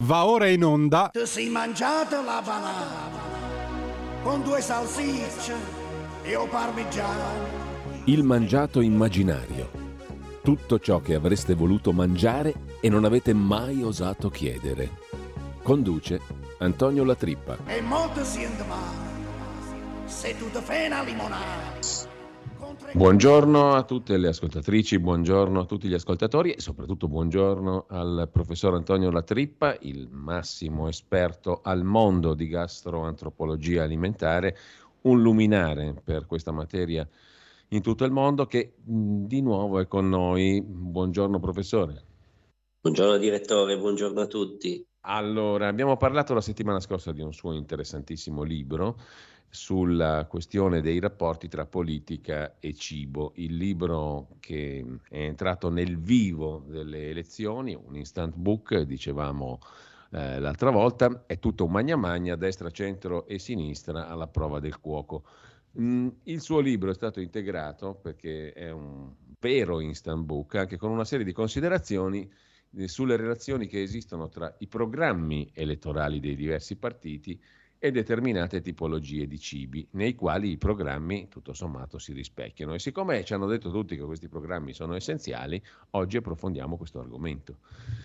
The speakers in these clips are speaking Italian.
Va ora in onda. Ti sei mangiata la banana con 2 salsicce e o parmigiano. Il mangiato immaginario. Tutto ciò che avreste voluto mangiare e non avete mai osato chiedere. Conduce Antonio Latrippa. E molto siente male se tu ti fai una limonata. Buongiorno a tutte le ascoltatrici, buongiorno a tutti gli ascoltatori e soprattutto buongiorno al professor Antonio Latrippa, il massimo esperto al mondo di gastroantropologia alimentare, un luminare per questa materia in tutto il mondo, che di nuovo è con noi. Buongiorno professore. Buongiorno direttore, buongiorno a tutti. Allora, abbiamo parlato la settimana scorsa di un suo interessantissimo libro sulla questione dei rapporti tra politica e cibo, il libro che è entrato nel vivo delle elezioni, un instant book, dicevamo l'altra volta, è tutto un magna magna, destra, centro e sinistra alla prova del cuoco. Il suo libro è stato integrato, perché è un vero instant book, anche con una serie di considerazioni sulle relazioni che esistono tra i programmi elettorali dei diversi partiti e determinate tipologie di cibi, nei quali i programmi tutto sommato si rispecchiano. E siccome ci hanno detto tutti che questi programmi sono essenziali, oggi approfondiamo questo argomento.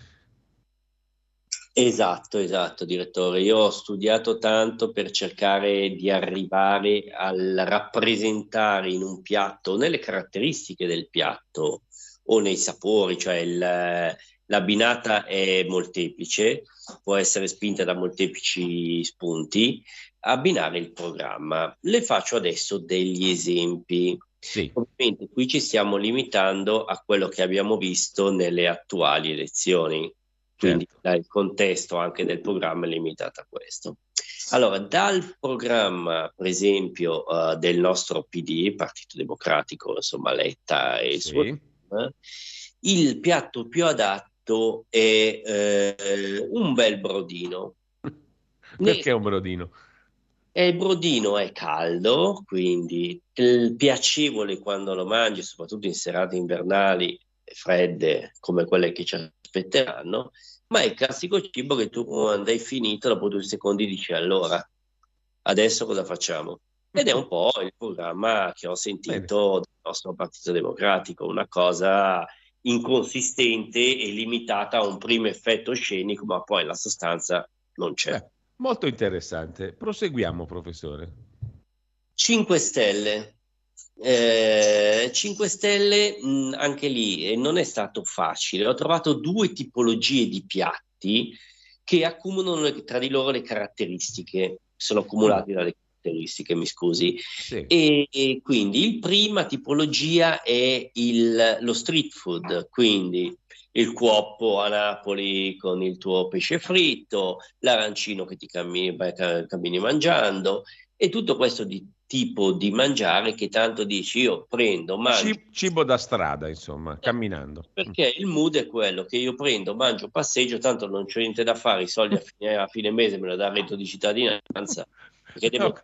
Esatto, direttore. Io ho studiato tanto per cercare di arrivare al rappresentare in un piatto, nelle caratteristiche del piatto o nei sapori, cioè l'abbinata è molteplice, può essere spinta da molteplici spunti, abbinare il programma. Le faccio adesso degli esempi. Sì. Ovviamente qui ci stiamo limitando a quello che abbiamo visto nelle attuali elezioni, quindi il contesto anche del programma è limitato a questo. Allora, dal programma, per esempio, del nostro PD, Partito Democratico, insomma Letta e il suo team, il piatto più adatto è un bel brodino. Perché un brodino? Il brodino è caldo, quindi piacevole quando lo mangi, soprattutto in serate invernali fredde come quelle che ci aspetteranno, ma è il classico cibo che tu quando hai finito dopo 2 secondi dici allora, adesso cosa facciamo? Ed è un po' il programma che ho sentito del nostro Partito Democratico, una cosa inconsistente e limitata a un primo effetto scenico, ma poi la sostanza non c'è. Molto interessante. Proseguiamo, professore. 5 Stelle. 5 Stelle, anche lì non è stato facile. Ho trovato 2 tipologie di piatti che accumulano tra di loro le caratteristiche, sono accumulati dalle caratteristiche, mi scusi. Sì. E quindi prima tipologia è lo street food, quindi il cuoppo a Napoli con il tuo pesce fritto, l'arancino che ti cammini mangiando, e tutto questo tipo di mangiare che tanto dici io prendo, mangio. Cibo da strada, insomma, camminando. Perché il mood è quello che io prendo, mangio, passeggio, tanto non c'ho niente da fare, i soldi a fine mese me lo dà il reddito di cittadinanza, perché devo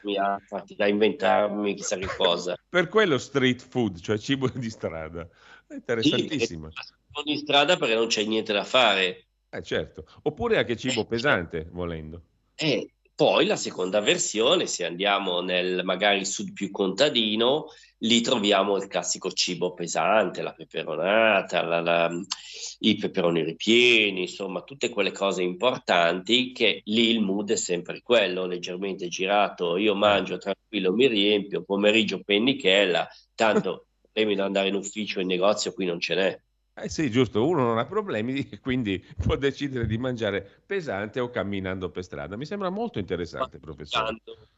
da inventarmi chissà che cosa. Per quello street food, cioè cibo di strada. È interessantissimo. Sì, di strada perché non c'è niente da fare. Certo. Oppure anche cibo pesante, volendo. Poi la seconda versione, se andiamo nel magari sud più contadino, lì troviamo il classico cibo pesante, la peperonata, i peperoni ripieni, insomma tutte quelle cose importanti che lì il mood è sempre quello, leggermente girato, io mangio tranquillo, mi riempio, pomeriggio pennichella, tanto problemi da andare in ufficio o in negozio qui non ce n'è. Sì, giusto, uno non ha problemi e quindi può decidere di mangiare pesante o camminando per strada. Mi sembra molto interessante, professore.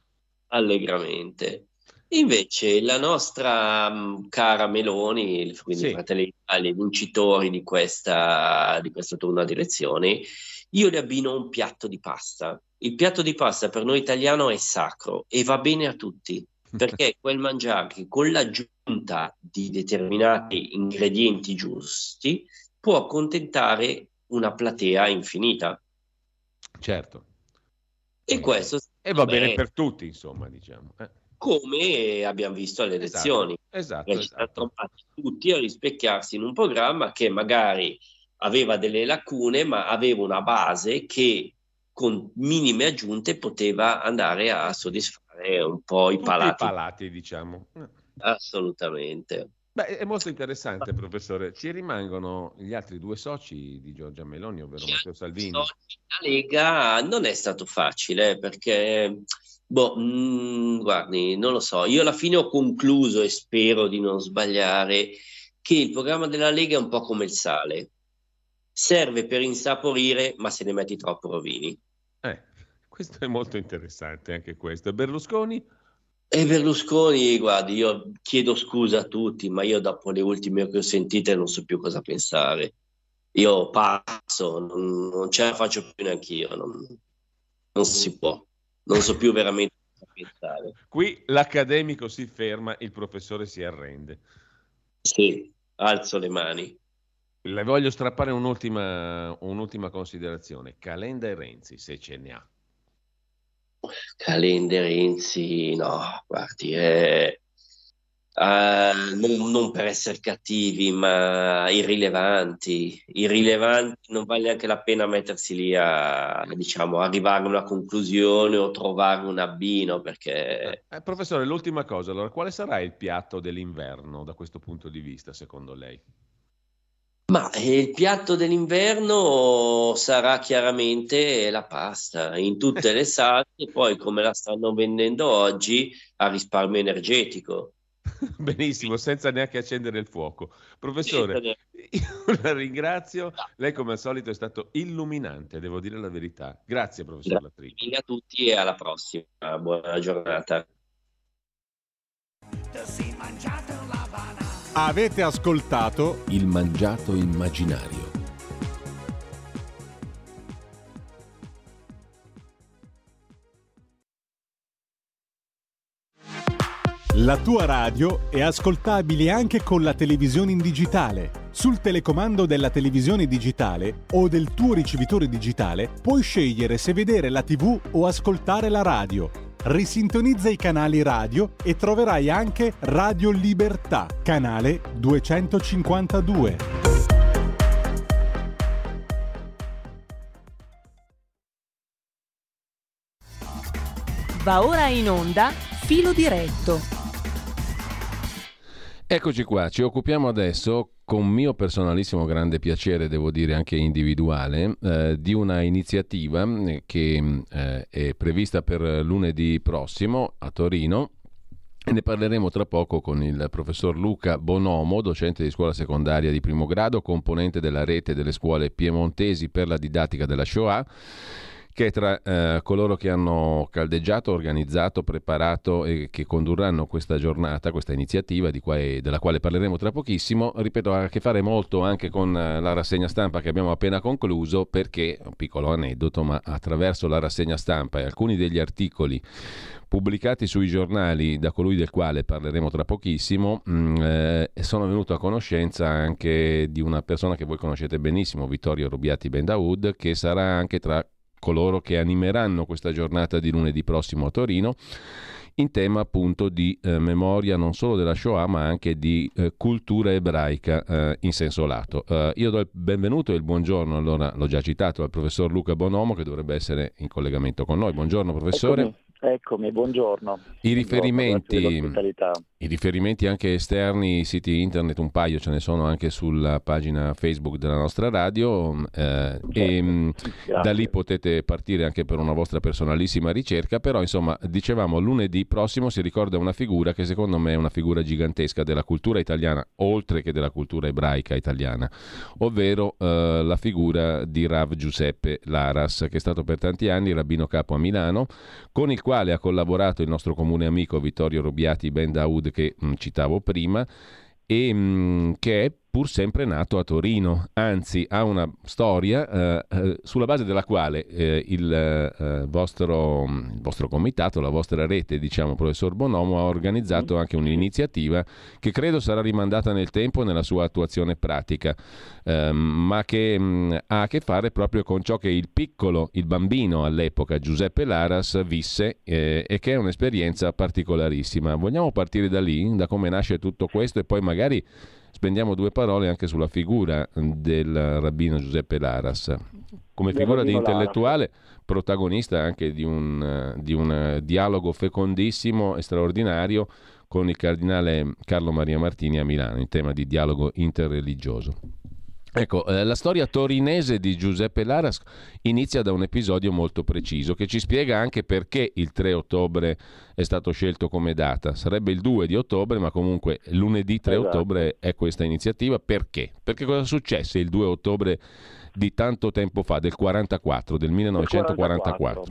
Allegramente. Invece la nostra cara Meloni, quindi Fratelli d'Italia, i vincitori di questa turno di elezioni, io le abbino un piatto di pasta. Il piatto di pasta per noi italiano è sacro e va bene a tutti, perché è quel mangiare che con l'aggiunta di determinati ingredienti giusti può accontentare una platea infinita. Certo. E questo va bene per tutti, insomma, diciamo. Come abbiamo visto alle elezioni. Esatto. Ci hanno trovati tutti a rispecchiarsi in un programma che magari aveva delle lacune, ma aveva una base che con minime aggiunte poteva andare a soddisfare un po' i tutti palati. i palati, diciamo. Assolutamente. Beh, è molto interessante, professore. Ci rimangono gli altri due soci di Giorgia Meloni, ovvero Matteo Salvini. La Lega non è stato facile perché, guardi, non lo so. Io alla fine ho concluso, e spero di non sbagliare, che il programma della Lega è un po' come il sale. Serve per insaporire, ma se ne metti troppo rovini. Questo è molto interessante, anche questo. E Berlusconi? E Berlusconi, guardi, io chiedo scusa a tutti, ma io dopo le ultime che ho sentite non so più cosa pensare. Io passo, non ce la faccio più neanch'io, non si può, non so più veramente cosa pensare. Qui l'accademico si ferma, il professore si arrende. Sì, alzo le mani. Le voglio strappare un'ultima considerazione. Calenda e Renzi, se ce ne ha. Calenda e Renzi, no, guardi, non per essere cattivi, ma irrilevanti. Non vale neanche la pena mettersi lì a, diciamo, arrivare a una conclusione o trovare un abbino, perché... Professore, l'ultima cosa, allora, quale sarà il piatto dell'inverno da questo punto di vista, secondo lei? Ma il piatto dell'inverno sarà chiaramente la pasta in tutte le salse, poi come la stanno vendendo oggi a risparmio energetico. Benissimo, senza neanche accendere il fuoco. Professore, io la ringrazio, lei come al solito è stato illuminante, devo dire la verità. Grazie, professor Lattrico. Grazie a tutti e alla prossima, buona giornata. Avete ascoltato Il Mangiato Immaginario. La tua radio è ascoltabile anche con la televisione in digitale. Sul telecomando della televisione digitale o del tuo ricevitore digitale puoi scegliere se vedere la TV o ascoltare la radio. Risintonizza i canali radio e troverai anche Radio Libertà, canale 252. Va ora in onda Filo Diretto. Eccoci qua, ci occupiamo adesso, con mio personalissimo grande piacere, devo dire anche individuale, di una iniziativa che è prevista per lunedì prossimo a Torino. E ne parleremo tra poco con il professor Luca Bonomo, docente di scuola secondaria di primo grado, componente della rete delle scuole piemontesi per la didattica della Shoah, che è tra coloro che hanno caldeggiato, organizzato, preparato e che condurranno questa giornata, questa iniziativa della quale parleremo tra pochissimo. Ripeto, ha a che fare molto anche con la rassegna stampa che abbiamo appena concluso, perché, un piccolo aneddoto, ma attraverso la rassegna stampa e alcuni degli articoli pubblicati sui giornali da colui del quale parleremo tra pochissimo, sono venuto a conoscenza anche di una persona che voi conoscete benissimo, Vittorio Robiati Bendaud, che sarà anche tra coloro che animeranno questa giornata di lunedì prossimo a Torino, in tema appunto di memoria non solo della Shoah ma anche di cultura ebraica in senso lato. Io do il benvenuto e il buongiorno, allora l'ho già citato, al professor Luca Bonomo, che dovrebbe essere in collegamento con noi. Buongiorno professore. Eccomi, buongiorno. I riferimenti anche esterni, siti internet, un paio ce ne sono anche sulla pagina Facebook della nostra radio, e da lì potete partire anche per una vostra personalissima ricerca. Però insomma, dicevamo, lunedì prossimo si ricorda una figura che secondo me è una figura gigantesca della cultura italiana, oltre che della cultura ebraica italiana, ovvero la figura di Rav Giuseppe Laras, che è stato per tanti anni rabbino capo a Milano, con il quale ha collaborato il nostro comune amico Vittorio Robiati Bendaud, che citavo prima, e che è pur sempre nato a Torino, anzi ha una storia sulla base della quale il vostro comitato, la vostra rete, diciamo, professor Bonomo, ha organizzato anche un'iniziativa che credo sarà rimandata nel tempo nella sua attuazione pratica, ma che ha a che fare proprio con ciò che il bambino all'epoca, Giuseppe Laras, visse, e che è un'esperienza particolarissima. Vogliamo partire da lì, da come nasce tutto questo, e poi magari spendiamo due parole anche sulla figura del rabbino Giuseppe Laras, come figura di intellettuale, protagonista anche di un dialogo fecondissimo e straordinario con il cardinale Carlo Maria Martini a Milano in tema di dialogo interreligioso. Ecco, la storia torinese di Giuseppe Laras inizia da un episodio molto preciso che ci spiega anche perché il 3 ottobre è stato scelto come data. Sarebbe il 2 di ottobre, ma comunque lunedì 3 ottobre è questa iniziativa. Perché? Perché cosa successe il 2 ottobre di tanto tempo fa, del 44, del 1944?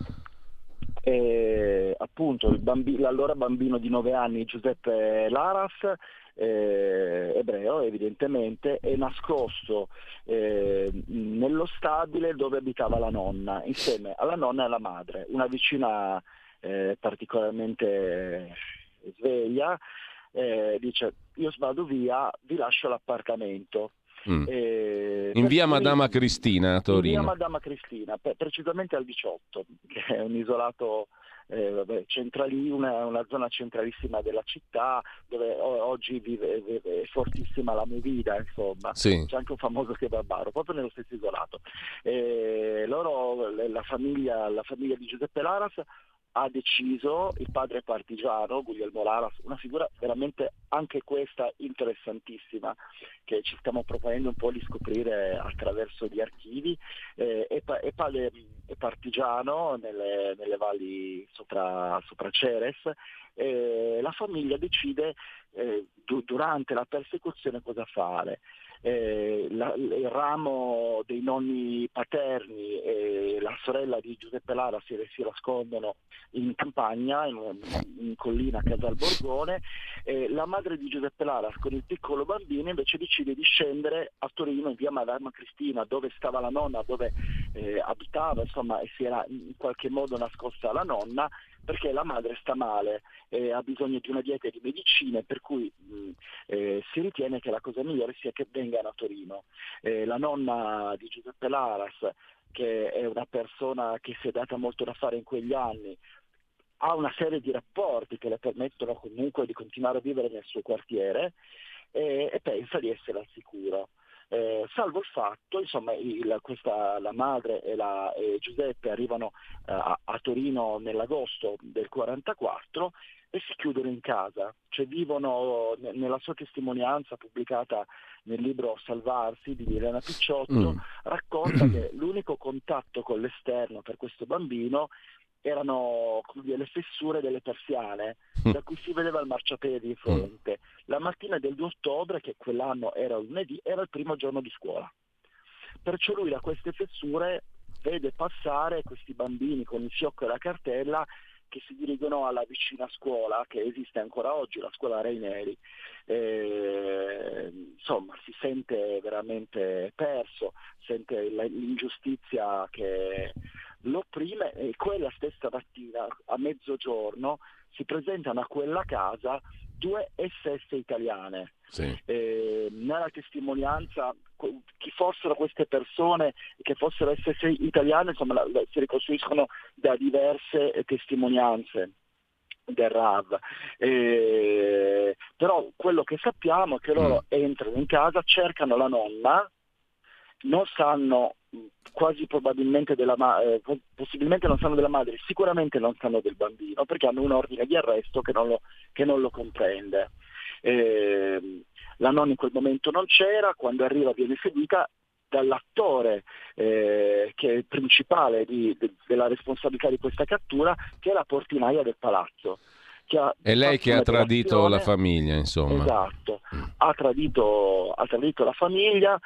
Appunto l'allora bambino di 9 anni Giuseppe Laras, ebreo evidentemente, è nascosto nello stabile dove abitava la nonna, insieme alla nonna e alla madre, una vicina particolarmente sveglia. Dice: io vado via, vi lascio l'appartamento. In via Madama Cristina a Torino. In via Madama Cristina, precisamente al 18, che è un isolato una zona centralissima della città, dove oggi è fortissima la movida, insomma. Sì. C'è anche un famoso kebabaro proprio nello stesso isolato. La famiglia di Giuseppe Laras ha deciso, il padre partigiano Guglielmo Laras, una figura veramente anche questa interessantissima, che ci stiamo proponendo un po' di scoprire attraverso gli archivi, è partigiano nelle valli sopra Ceres. La famiglia decide durante la persecuzione cosa fare. Il ramo dei nonni paterni e la sorella di Giuseppe Lara si nascondono in campagna, in collina a Casal Borgone. La madre di Giuseppe Lara con il piccolo bambino invece decide di scendere a Torino in via Madama Cristina, dove stava la nonna, dove abitava, insomma, e si era in qualche modo nascosta la nonna, perché la madre sta male, ha bisogno di una dieta e di medicine, per cui si ritiene che la cosa migliore sia che vengano a Torino. La nonna di Giuseppe Laras, che è una persona che si è data molto da fare in quegli anni, ha una serie di rapporti che le permettono comunque di continuare a vivere nel suo quartiere e pensa di essere al sicuro. Salvo il fatto, insomma, la madre e Giuseppe arrivano a Torino nell'agosto del 44 e si chiudono in casa, cioè vivono nella sua testimonianza pubblicata nel libro Salvarsi di Elena Picciotto, racconta che l'unico contatto con l'esterno per questo bambino erano le fessure delle persiane da cui si vedeva il marciapiede di fronte. La mattina del 2 ottobre, che quell'anno era un lunedì, era il primo giorno di scuola. Perciò lui da queste fessure vede passare questi bambini con il fiocco e la cartella che si dirigono alla vicina scuola, che esiste ancora oggi, la scuola Raineri. Insomma, si sente veramente perso, sente l'ingiustizia che lo opprime, e quella stessa mattina a mezzogiorno si presentano a quella casa 2 SS italiane. Sì. Nella testimonianza chi fossero queste persone, che fossero SS italiane, insomma, si ricostruiscono da diverse testimonianze del RAV. Però quello che sappiamo è che loro entrano in casa, cercano la nonna, non sanno quasi probabilmente possibilmente non sanno della madre, sicuramente non sanno del bambino, perché hanno un ordine di arresto che non lo comprende. La nonna in quel momento non c'era, quando arriva viene seguita dall'attore che è il principale della responsabilità di questa cattura, che è la portinaia del palazzo. È lei che ha tradito la famiglia, insomma. Esatto, ha tradito la famiglia,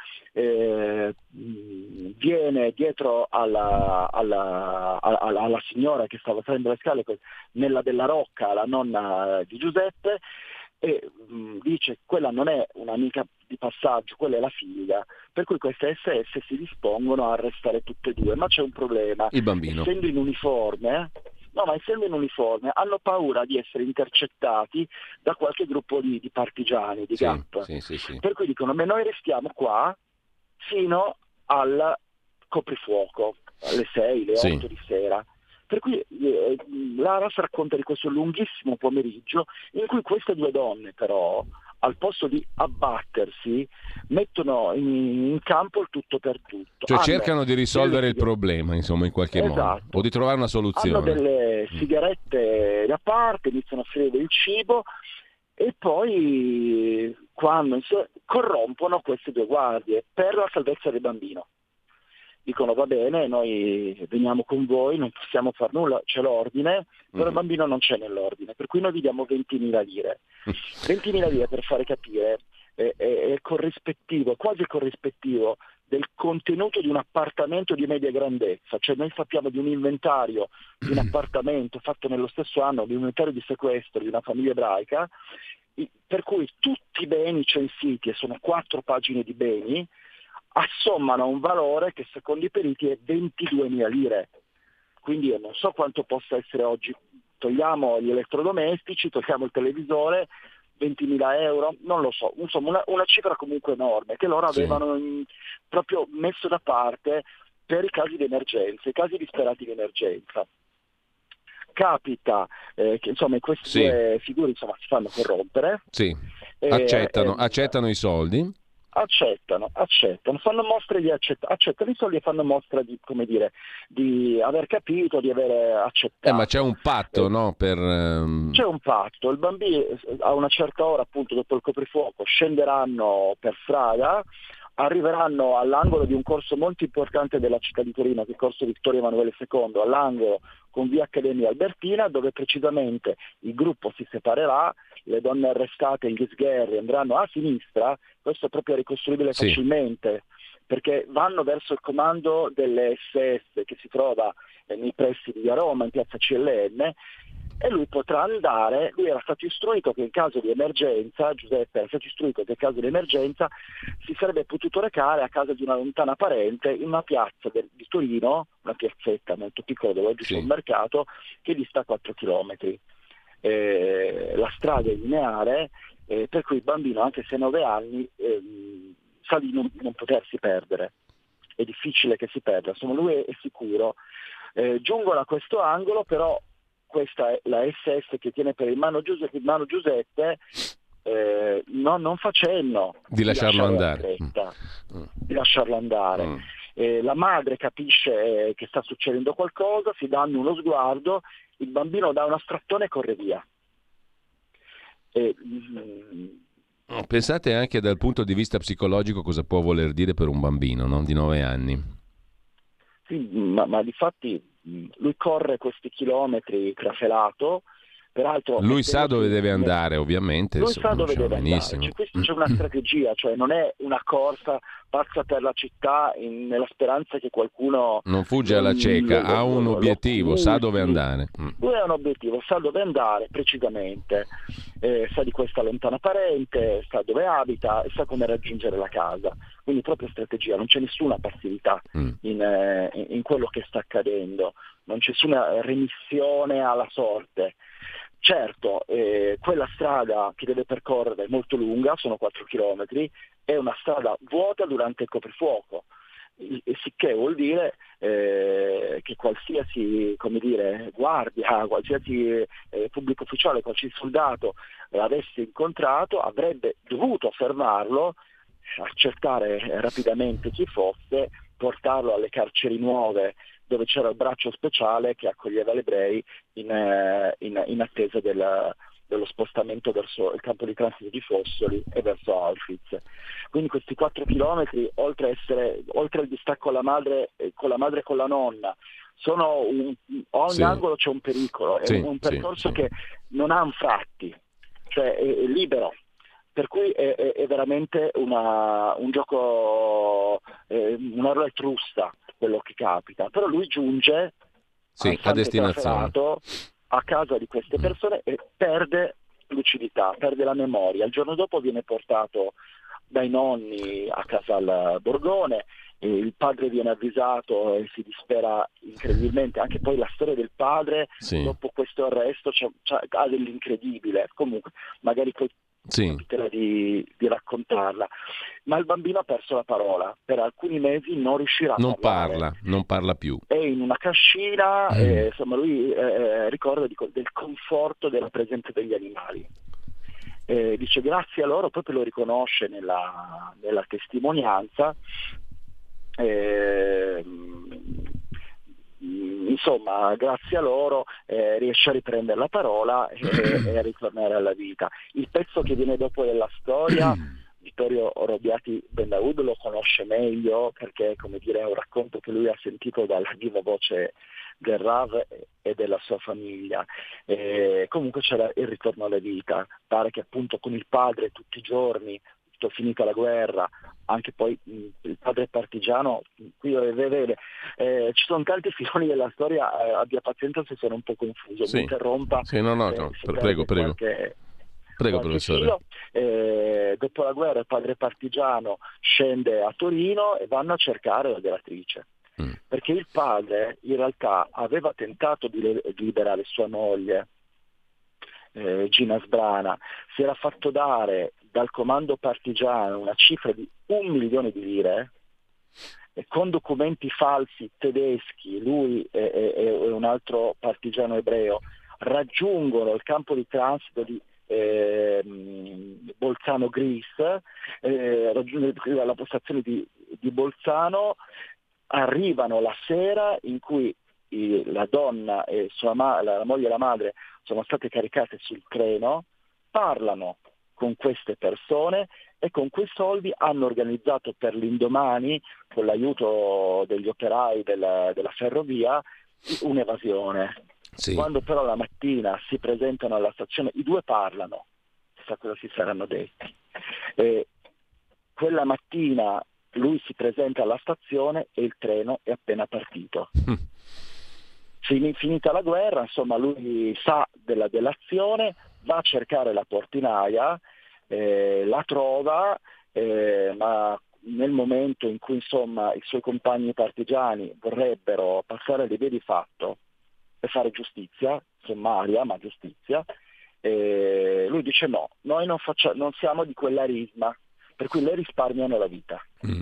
viene dietro alla signora che stava salendo le scale, nella della Rocca, la nonna di Giuseppe, e dice: quella non è un'amica di passaggio, quella è la figlia. Per cui queste SS si dispongono a arrestare tutte e due, ma c'è un problema. Il bambino, essendo in uniforme, hanno paura di essere intercettati da qualche gruppo di partigiani, di GAP. Sì. Per cui dicono: ma noi restiamo qua fino al coprifuoco, alle 6, le 8 di sera. Per cui L'Aras racconta di questo lunghissimo pomeriggio in cui queste due donne però, al posto di abbattersi, mettono in campo il tutto per tutto. Cioè cercano di risolvere il problema, insomma, in qualche modo, o di trovare una soluzione. Hanno delle sigarette da parte, iniziano a offrire del cibo e poi quando corrompono queste due guardie per la salvezza del bambino. Dicono va bene, noi veniamo con voi, non possiamo far nulla, c'è l'ordine, però il bambino non c'è nell'ordine, per cui noi vi diamo 20.000 lire. 20.000 lire, per fare capire, è corrispettivo, quasi corrispettivo del contenuto di un appartamento di media grandezza, cioè noi sappiamo di un inventario di un appartamento fatto nello stesso anno, di un inventario di sequestro di una famiglia ebraica, per cui tutti i beni censiti, e sono 4 pagine di beni, assommano un valore che secondo i periti è 22.000 lire. Quindi io non so quanto possa essere oggi, togliamo gli elettrodomestici, togliamo il televisore, 20.000 euro, non lo so, insomma una cifra comunque enorme che loro avevano proprio messo da parte per i casi di emergenza, i casi disperati di emergenza. Capita che insomma in queste due figure insomma si fanno corrompere. Sì. Accettano i soldi. Accettano, fanno mostre di accettano i soldi e fanno mostra di, come dire, di aver capito, di aver accettato. Ma c'è un patto, no? C'è un patto, il bambino a una certa ora, appunto dopo il coprifuoco, scenderanno per strada, arriveranno all'angolo di un corso molto importante della città di Torino, che è il corso Vittorio Emanuele II, all'angolo con via Accademia Albertina, dove precisamente il gruppo si separerà, le donne arrestate in Ghisgherri andranno a sinistra, questo è proprio ricostruibile facilmente, perché vanno verso il comando delle SS che si trova nei pressi di via Roma, in piazza CLN, e lui potrà andare, lui era stato istruito che in caso di emergenza, Giuseppe era stato istruito che in caso di emergenza si sarebbe potuto recare a casa di una lontana parente in una piazza di Torino, una piazzetta molto piccola dove oggi c'è un mercato, che dista 4 chilometri. La strada è lineare, per cui il bambino, anche se ha 9 anni, sa di non potersi perdere, è difficile che si perda, insomma lui è sicuro. Giungono a questo angolo, però questa è la SS che tiene per il mano Giuseppe, non fa cenno di lasciarlo andare. Di lasciarlo andare. La madre capisce che sta succedendo qualcosa, si danno uno sguardo, il bambino dà uno strattone e corre via. Pensate anche dal punto di vista psicologico cosa può voler dire per un bambino, no? Di 9 anni. Sì, ma difatti lui corre questi chilometri crafelato, peraltro lui sa dove deve andare, ovviamente. Lui sa dove deve andare, c'è una strategia, cioè non è una corsa, passa per la città nella speranza che qualcuno non fugge alla cieca, ha un obiettivo, sa dove andare. Lui ha un obiettivo, sa dove andare precisamente, sa di questa lontana parente, sa dove abita e sa come raggiungere la casa. Quindi proprio strategia, non c'è nessuna passività in quello che sta accadendo, non c'è nessuna remissione alla sorte. Certo, quella strada che deve percorrere è molto lunga, sono 4 chilometri, è una strada vuota durante il coprifuoco, sicché vuol dire che qualsiasi, come dire, guardia, qualsiasi pubblico ufficiale, qualsiasi soldato avesse incontrato avrebbe dovuto fermarlo, accertare rapidamente chi fosse, portarlo alle carceri nuove dove c'era il braccio speciale che accoglieva gli ebrei in attesa dello spostamento verso il campo di transito di Fossoli e verso Auschwitz. Quindi questi 4 chilometri, oltre al distacco con la madre e con la nonna, ogni angolo c'è un pericolo, è un percorso che non ha anfratti, cioè è libero. Per cui è veramente un gioco, una roulette russa quello che capita. Però lui giunge a destinazione, a casa di queste persone e perde lucidità, perde la memoria. Il giorno dopo viene portato dai nonni a casa al Borgone, il padre viene avvisato e si dispera incredibilmente. Anche poi la storia del padre dopo questo arresto ha dell'incredibile. Comunque magari poi Sì. capiterà di raccontarla, ma il bambino ha perso la parola, per alcuni mesi non riuscirà a parlare. Non parla più. È in una cascina, insomma lui ricorda del conforto della presenza degli animali. Dice grazie a loro, proprio lo riconosce nella testimonianza. Insomma, grazie a loro riesce a riprendere la parola e a ritornare alla vita. Il pezzo che viene dopo della storia, Vittorio Robiati Bendaud lo conosce meglio, perché come dire è un racconto che lui ha sentito dalla viva voce del Rav e della sua famiglia. Comunque c'era il ritorno alla vita, pare che appunto con il padre tutti i giorni, finita la guerra, anche poi il padre partigiano, qui ci sono tanti filoni della storia, abbia pazienza se sono un po' confuso, Sì. mi interrompa. Sì, no, prego. Prego, professore. Dopo la guerra il padre partigiano scende a Torino e vanno a cercare la delatrice, perché il padre in realtà aveva tentato di liberare sua moglie, Gina Sbrana, si era fatto dare dal comando partigiano una cifra di 1 milione di lire, e con documenti falsi tedeschi lui e un altro partigiano ebreo raggiungono il campo di transito di Bolzano Gris, raggiungono la postazione di Bolzano, arrivano la sera in cui la donna e la moglie e la madre sono state caricate sul treno, parlano con queste persone e con quei soldi hanno organizzato per l'indomani, con l'aiuto degli operai della ferrovia, un'evasione. Sì. Quando però la mattina si presentano alla stazione, i due parlano, chissà cosa si saranno detti. Quella mattina lui si presenta alla stazione e il treno è appena partito. Finita la guerra, insomma, lui sa dell'azione, va a cercare la portinaia, la trova, ma nel momento in cui insomma i suoi compagni partigiani vorrebbero passare le vie di fatto per fare giustizia, sommaria ma giustizia, lui dice no, noi non siamo di quella risma, per cui le risparmiano la vita.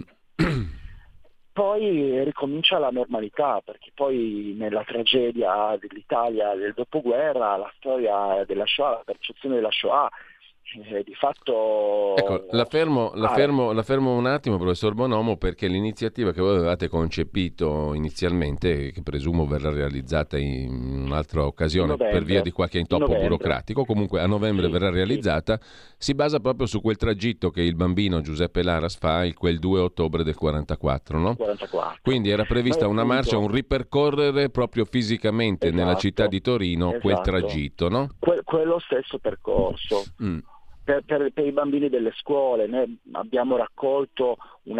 Poi ricomincia la normalità, perché poi nella tragedia dell'Italia del dopoguerra, la storia della Shoah, la percezione della Shoah, di fatto... Ecco, la fermo un attimo, professor Bonomo, perché l'iniziativa che voi avevate concepito inizialmente, che presumo verrà realizzata in un'altra occasione per via di qualche intoppo burocratico, comunque a novembre verrà realizzata, si basa proprio su quel tragitto che il bambino Giuseppe Laras fa quel 2 ottobre del 44, no? 44. Quindi era prevista una marcia, un ripercorrere proprio fisicamente nella città di Torino quel tragitto, no? Quello stesso percorso. Per i bambini delle scuole noi abbiamo raccolto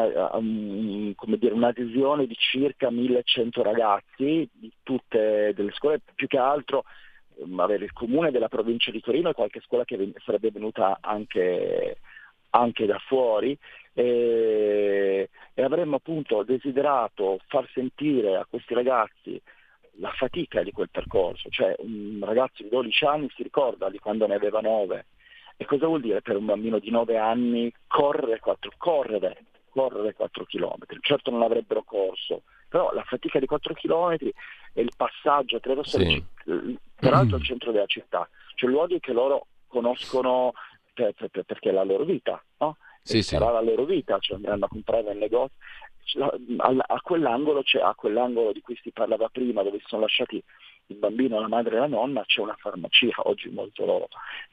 un'adesione di circa 1100 ragazzi di tutte delle scuole, più che altro il comune della provincia di Torino e qualche scuola che sarebbe venuta anche da fuori, e avremmo appunto desiderato far sentire a questi ragazzi la fatica di quel percorso, cioè un ragazzo di 12 anni si ricorda di quando ne aveva 9. E cosa vuol dire per un bambino di 9 anni correre 4 chilometri? Certo non avrebbero corso, però la fatica di 4 chilometri e il passaggio attraverso peraltro al centro della città, cioè luoghi che loro conoscono perché è la loro vita, no? Sarà la loro vita, cioè andranno a comprare nel negozio. A quell'angolo di cui si parlava prima, dove si sono lasciati il bambino, la madre e la nonna, c'è una farmacia oggi molto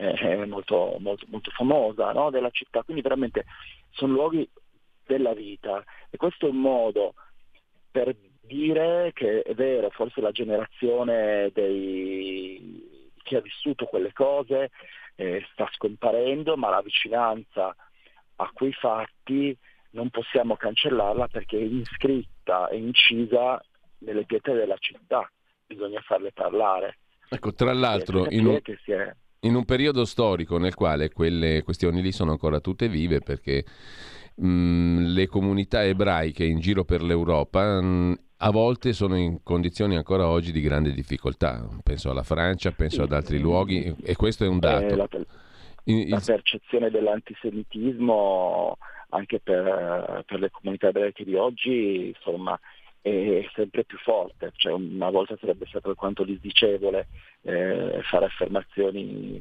famosa, no? Della città, quindi veramente sono luoghi della vita, e questo è un modo per dire che è vero, forse la generazione chi ha vissuto quelle cose sta scomparendo, ma la vicinanza a quei fatti non possiamo cancellarla, perché è iscritta e incisa nelle pietre della città, bisogna farle parlare. Ecco, tra l'altro in un periodo storico nel quale quelle questioni lì sono ancora tutte vive, perché le comunità ebraiche in giro per l'Europa a volte sono in condizioni ancora oggi di grande difficoltà, penso alla Francia, penso ad altri luoghi, e questo è un dato. la percezione dell'antisemitismo anche per le comunità ebraiche di oggi, insomma, è sempre più forte. Cioè, una volta sarebbe stato alquanto disdicevole fare affermazioni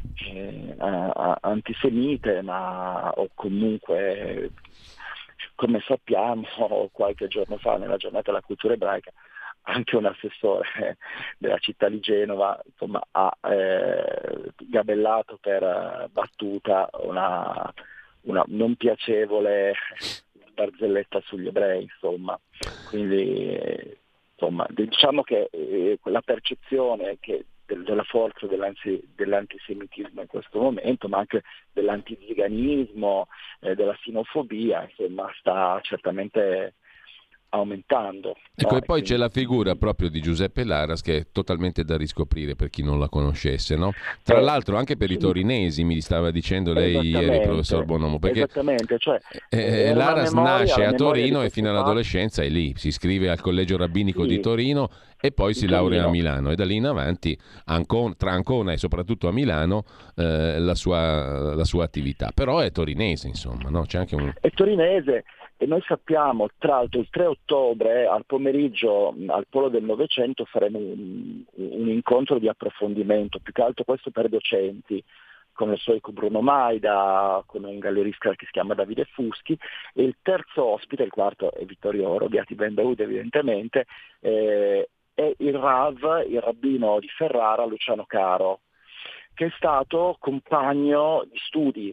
antisemite, o comunque, come sappiamo, qualche giorno fa, nella giornata della cultura ebraica, anche un assessore della città di Genova, insomma, ha gabellato per battuta una non piacevole barzelletta sugli ebrei, insomma. Quindi insomma, diciamo che la percezione della forza dell'antisemitismo in questo momento, ma anche dell'antiziganismo, della sinofobia, insomma, sta certamente aumentando. Ecco, no? e poi c'è la figura proprio di Giuseppe Laras, che è totalmente da riscoprire per chi non la conoscesse, no? Tra l'altro anche per i torinesi, mi stava dicendo lei ieri, professor Bonomo, perché esattamente, cioè, Laras nasce a Torino e fino fatto. all'adolescenza è lì, si iscrive al collegio rabbinico di Torino e poi si laurea a Milano, e da lì in avanti tra Ancona e soprattutto a Milano la sua attività, però è torinese, insomma, no? C'è anche è torinese. E noi sappiamo, tra l'altro, il 3 ottobre al pomeriggio al Polo del Novecento faremo un incontro di approfondimento, più che altro questo per docenti, con il solito Bruno Maida, con un gallerista che si chiama Davide Fuschi, e il terzo ospite, il quarto è Vittorio Oro, Beati Ben Daoud evidentemente, è il rabbino di Ferrara, Luciano Caro, che è stato compagno di studi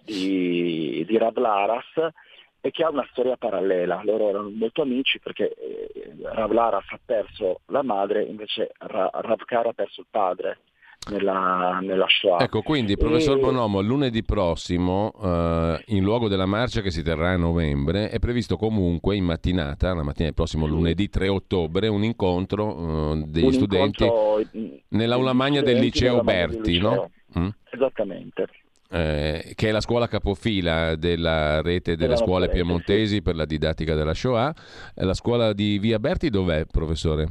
di Rav Laras, e che ha una storia parallela. Loro erano molto amici perché Rav Laras ha perso la madre, invece Rav Karo ha perso il padre nella Shoah. Ecco, quindi professor Bonomo, lunedì prossimo, in luogo della marcia che si terrà a novembre, è previsto comunque in mattinata, la mattina del prossimo lunedì 3 ottobre, un incontro degli studenti nell'aula magna del liceo Berti, no? Esattamente. Che è la scuola capofila della rete delle scuole piemontesi per la didattica della Shoah. La scuola di Via Berti dov'è, professore?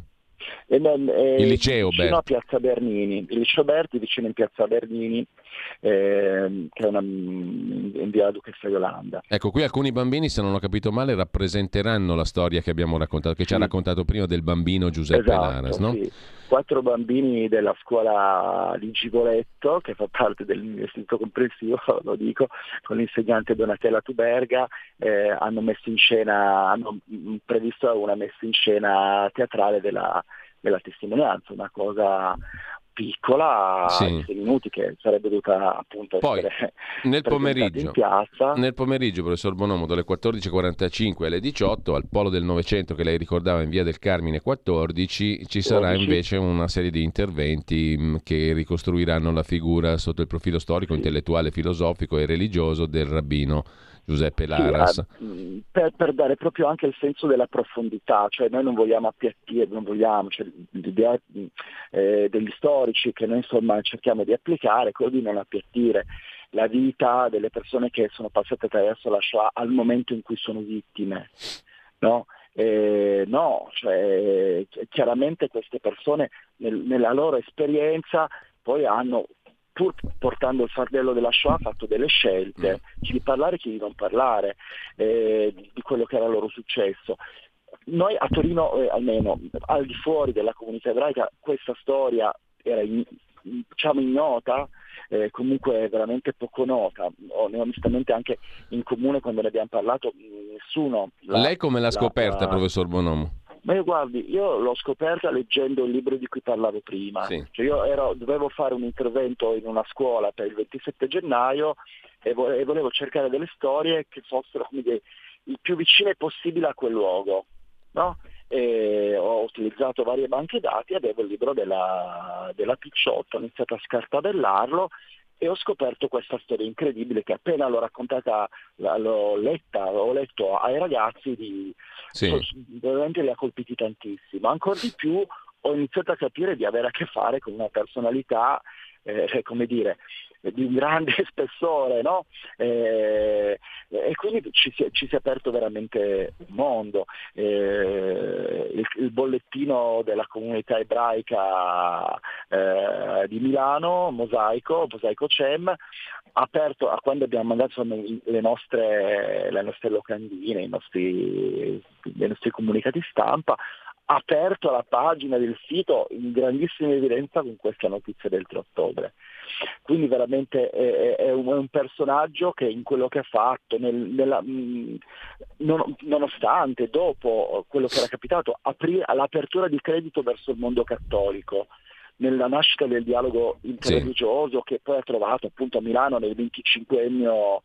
Il liceo vicino Berti. A Piazza Bernini, il liceo Berti vicino in Piazza Bernini, che è in via Duchessa Yolanda. Ecco, qui alcuni bambini, se non ho capito male, rappresenteranno la storia che abbiamo raccontato, che ci ha raccontato prima del bambino Giuseppe Laras, no? Sì. 4 bambini della scuola di Gigoletto, che fa parte dell'istituto comprensivo, lo dico, con l'insegnante Donatella Tuberga, hanno previsto una messa in scena teatrale della testimonianza, una cosa piccola, 6 minuti, che sarebbe dovuta appunto essere nel pomeriggio in piazza. Nel pomeriggio, professor Bonomo, dalle 14.45 alle 18 al Polo del Novecento, che lei ricordava, in via del Carmine 14, ci sarà invece una serie di interventi che ricostruiranno la figura sotto il profilo storico, intellettuale, filosofico e religioso del rabbino Giuseppe Laras. Per dare proprio anche il senso della profondità, cioè noi non vogliamo appiattire, cioè, l'idea degli storici che noi insomma cerchiamo di applicare, quello di non appiattire la vita delle persone che sono passate attraverso la Shoah al momento in cui sono vittime, no? Cioè, chiaramente queste persone nella loro esperienza poi hanno, pur portando il fardello della Shoah, fatto delle scelte, chi di parlare, chi di non parlare, di quello che era loro successo. Noi a Torino, almeno al di fuori della comunità ebraica, questa storia era ignota, comunque veramente poco nota. Onestamente anche in comune, quando ne abbiamo parlato, nessuno... Lei come l'ha scoperta, professor Bonomo? Ma io l'ho scoperta leggendo il libro di cui parlavo prima. Sì. Cioè dovevo fare un intervento in una scuola per il 27 gennaio e volevo cercare delle storie che fossero il più vicine possibile a quel luogo, no? E ho utilizzato varie banche dati, avevo il libro della Picciotta, ho iniziato a scartabellarlo e ho scoperto questa storia incredibile che appena l'ho raccontata, ho letto ai ragazzi, veramente li ha colpiti tantissimo. Ancora di più ho iniziato a capire di avere a che fare con una personalità, di un grande spessore, no? E quindi ci si è aperto veramente un mondo. Il bollettino della comunità ebraica di Milano, Mosaico CEM, aperto a quando abbiamo mandato le nostre locandine, i nostri comunicati stampa, aperto la pagina del sito in grandissima evidenza con questa notizia del 3 ottobre. Quindi veramente è un personaggio che in quello che ha fatto, nonostante dopo quello che era capitato, l'apertura di credito verso il mondo cattolico, nella nascita del dialogo interreligioso, che poi ha trovato appunto a Milano nel 25ennio,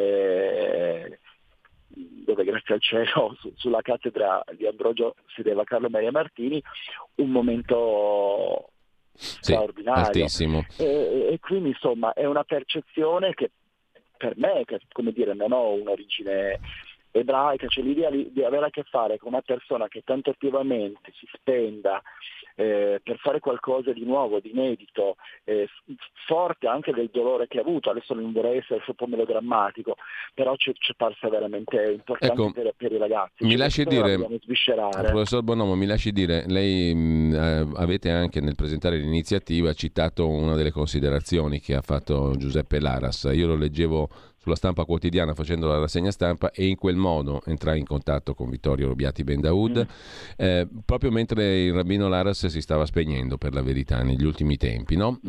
dove grazie al cielo sulla cattedra di Ambrogio sedeva Carlo Maria Martini, un momento straordinario, altissimo. E quindi insomma è una percezione che per me, che come dire non ho un'origine ebraica, cioè l'idea di avere a che fare con una persona che tanto attivamente si spenda per fare qualcosa di nuovo, di inedito, forte anche del dolore che ha avuto. Adesso non vorrei essere troppo melodrammatico, però ci è parsa veramente importante per i ragazzi. Mi lasci dire, professor Bonomo, mi lasci dire, lei avete anche nel presentare l'iniziativa citato una delle considerazioni che ha fatto Giuseppe Laras. Io lo leggevo sulla Stampa Quotidiana facendo la rassegna stampa e in quel modo entrai in contatto con Vittorio Robiati Ben Daoud proprio mentre il rabbino Laras si stava spegnendo, per la verità, negli ultimi tempi, no?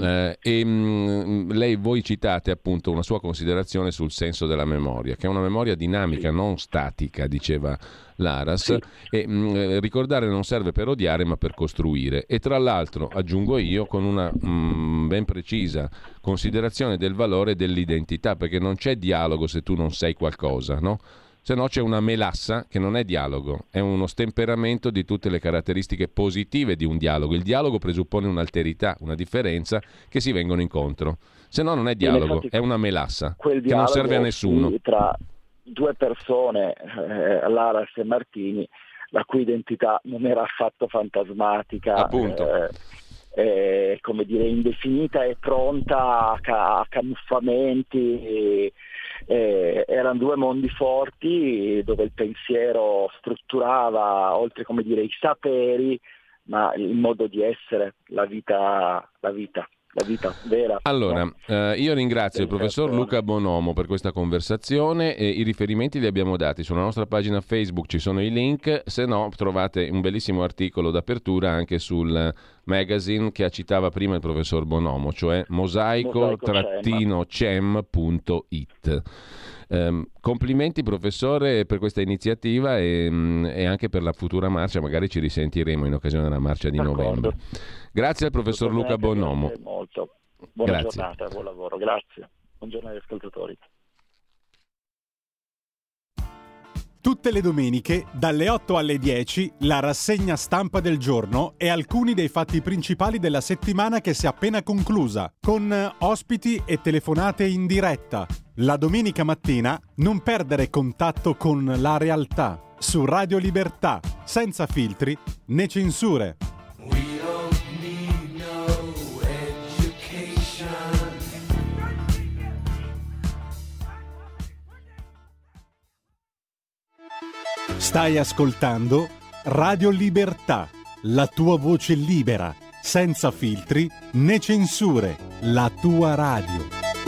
Voi citate appunto una sua considerazione sul senso della memoria, che è una memoria dinamica, non statica, diceva Laras, e ricordare non serve per odiare ma per costruire. E tra l'altro, aggiungo io, con una ben precisa considerazione del valore dell'identità, perché non c'è dialogo se tu non sei qualcosa, no? Se no c'è una melassa che non è dialogo, è uno stemperamento di tutte le caratteristiche positive di un dialogo. Il dialogo presuppone un'alterità, una differenza che si vengono incontro, se no non è dialogo, è una melassa che non serve a nessuno. Tra due persone, Laras e Martini, la cui identità non era affatto fantasmatica, appunto. Come dire, indefinita e pronta a camuffamenti. Erano due mondi forti dove il pensiero strutturava, oltre come dire i saperi, ma il modo di essere, la vita vera. Allora, io ringrazio il professor Luca Bonomo per questa conversazione e i riferimenti li abbiamo dati sulla nostra pagina Facebook, ci sono i link, se no trovate un bellissimo articolo d'apertura anche sul magazine che citava prima il professor Bonomo, cioè mosaico-cem.it. Complimenti professore per questa iniziativa e anche per la futura marcia, magari ci risentiremo in occasione della marcia di novembre. Grazie al professor Luca Bonomo. Molto. Buona giornata, buon lavoro, grazie. Buongiorno agli ascoltatori. Tutte le domeniche, dalle 8 alle 10, la rassegna stampa del giorno e alcuni dei fatti principali della settimana che si è appena conclusa, con ospiti e telefonate in diretta. La domenica mattina non perdere contatto con la realtà, su Radio Libertà, senza filtri né censure. Stai ascoltando Radio Libertà, la tua voce libera, senza filtri né censure, la tua radio.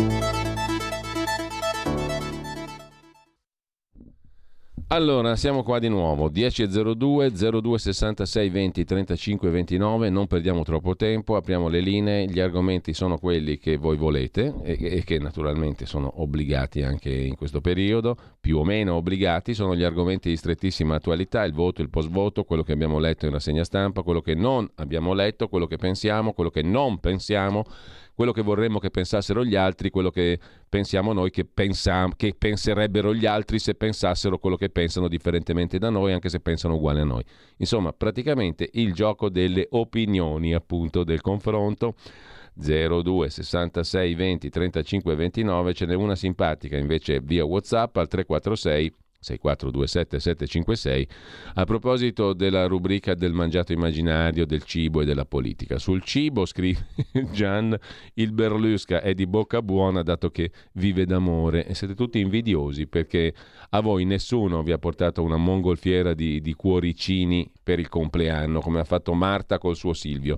Allora, siamo qua di nuovo, 10.02, 0266 20 35 29, non perdiamo troppo tempo, apriamo le linee, gli argomenti sono quelli che voi volete e che naturalmente sono obbligati anche in questo periodo, più o meno obbligati, sono gli argomenti di strettissima attualità, il voto, il post-voto, quello che abbiamo letto in rassegna stampa, quello che non abbiamo letto, quello che pensiamo, quello che non pensiamo, quello che vorremmo che pensassero gli altri, quello che pensiamo noi che penserebbero gli altri se pensassero quello che pensano differentemente da noi, anche se pensano uguale a noi. Insomma, praticamente il gioco delle opinioni, appunto, del confronto. 02 66 20 35 29, ce n'è una simpatica invece via WhatsApp al 346 6427 756 a proposito della rubrica del mangiato immaginario, del cibo e della politica. Sul cibo, scrive Gian, il Berlusca è di bocca buona dato che vive d'amore e siete tutti invidiosi perché a voi nessuno vi ha portato una mongolfiera di cuoricini per il compleanno come ha fatto Marta col suo Silvio.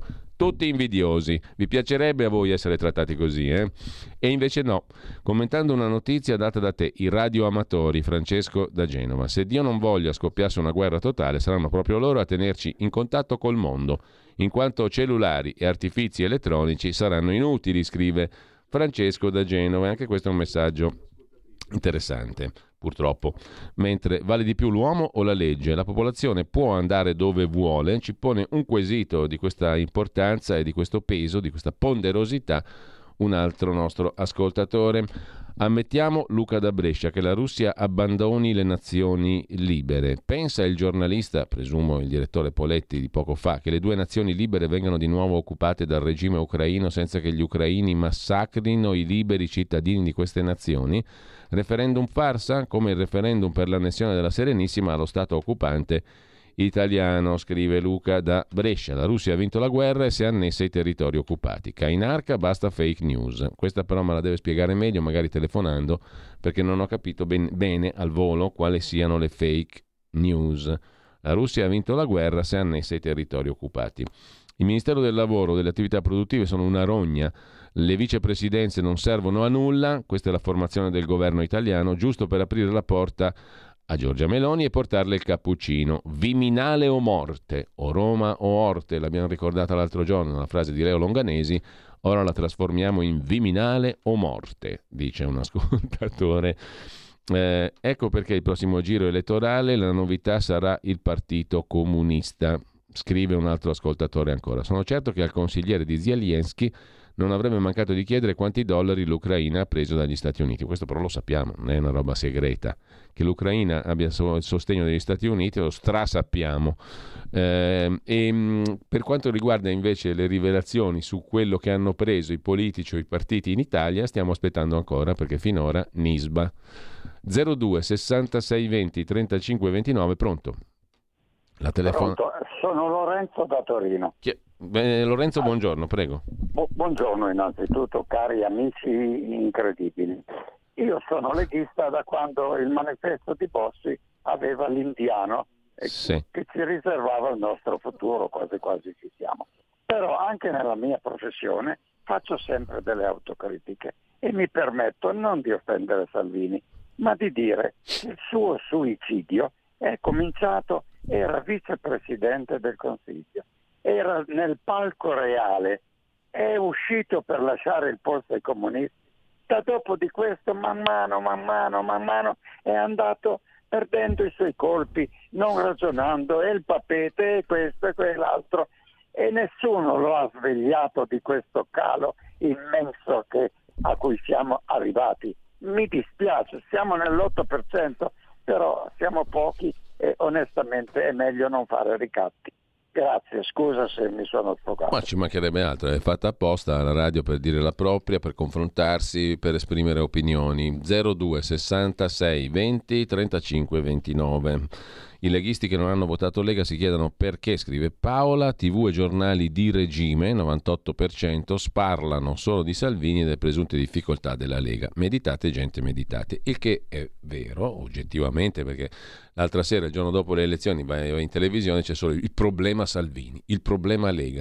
tutti invidiosi. Vi piacerebbe a voi essere trattati così, eh? E invece no. Commentando una notizia data da te, i radioamatori, Francesco da Genova: se Dio non voglia scoppiasse una guerra totale, saranno proprio loro a tenerci in contatto col mondo, in quanto cellulari e artifizi elettronici saranno inutili, scrive Francesco da Genova. E anche questo è un messaggio interessante, purtroppo. Mentre vale di più l'uomo o la legge? La popolazione può andare dove vuole, ci pone un quesito di questa importanza e di questo peso, di questa ponderosità, un altro nostro ascoltatore. Ammettiamo, Luca da Brescia, che la Russia abbandoni le nazioni libere. Pensa il giornalista, presumo il direttore Poletti di poco fa, che le 2 nazioni libere vengano di nuovo occupate dal regime ucraino senza che gli ucraini massacrino i liberi cittadini di queste nazioni? Referendum farsa, come il referendum per l'annessione della Serenissima allo Stato occupante italiano, scrive Luca da Brescia. La Russia ha vinto la guerra e si è annessa ai territori occupati. Cainarca, basta fake news. Questa però me la deve spiegare meglio, magari telefonando, perché non ho capito bene al volo quali siano le fake news. La Russia ha vinto la guerra, si è annessa ai territori occupati. Il Ministero del Lavoro, delle attività produttive sono una rogna. Le vicepresidenze non servono a nulla. Questa è la formazione del governo italiano, giusto per aprire la porta a Giorgia Meloni e portarle il cappuccino. Viminale o morte, o Roma o Orte, l'abbiamo ricordata l'altro giorno, la frase di Leo Longanesi, ora la trasformiamo in Viminale o morte, dice un ascoltatore. Ecco perché il prossimo giro elettorale la novità sarà il Partito Comunista, scrive un altro ascoltatore ancora. Sono certo che al consigliere di Zelensky non avrebbe mancato di chiedere quanti dollari l'Ucraina ha preso dagli Stati Uniti. Questo però lo sappiamo, non è una roba segreta. Che l'Ucraina abbia il sostegno degli Stati Uniti lo strasappiamo. Per quanto riguarda invece le rivelazioni su quello che hanno preso i politici o i partiti in Italia, stiamo aspettando ancora, perché finora nisba. 02 66 20 35 29, pronto? La Pronto, sono Lorenzo da Torino. Lorenzo, buongiorno, prego. Buongiorno innanzitutto, cari amici incredibili. Io sono leghista da quando il manifesto di Bossi aveva l'indiano sì, che ci riservava il nostro futuro, quasi quasi ci siamo. Però anche nella mia professione faccio sempre delle autocritiche e mi permetto non di offendere Salvini, ma di dire che il suo suicidio è cominciato, era vicepresidente del Consiglio, era nel palco reale, è uscito per lasciare il posto ai comunisti. Da dopo di questo man mano è andato perdendo i suoi colpi, non ragionando, e il papete e questo e quell'altro, e nessuno lo ha svegliato di questo calo immenso a cui siamo arrivati. Mi dispiace, siamo nell'8%, però siamo pochi e onestamente è meglio non fare ricatti. Grazie, scusa se mi sono sfogato. Ma ci mancherebbe altro, è fatta apposta la radio per dire la propria, per confrontarsi, per esprimere opinioni. 02 66 20 35 29. I leghisti che non hanno votato Lega si chiedono perché, scrive Paola. TV e giornali di regime, 98%, sparlano solo di Salvini e delle presunte difficoltà della Lega. Meditate, gente, meditate. Il che è vero, oggettivamente, perché l'altra sera, il giorno dopo le elezioni, vai in televisione, c'è solo il problema Salvini, il problema Lega,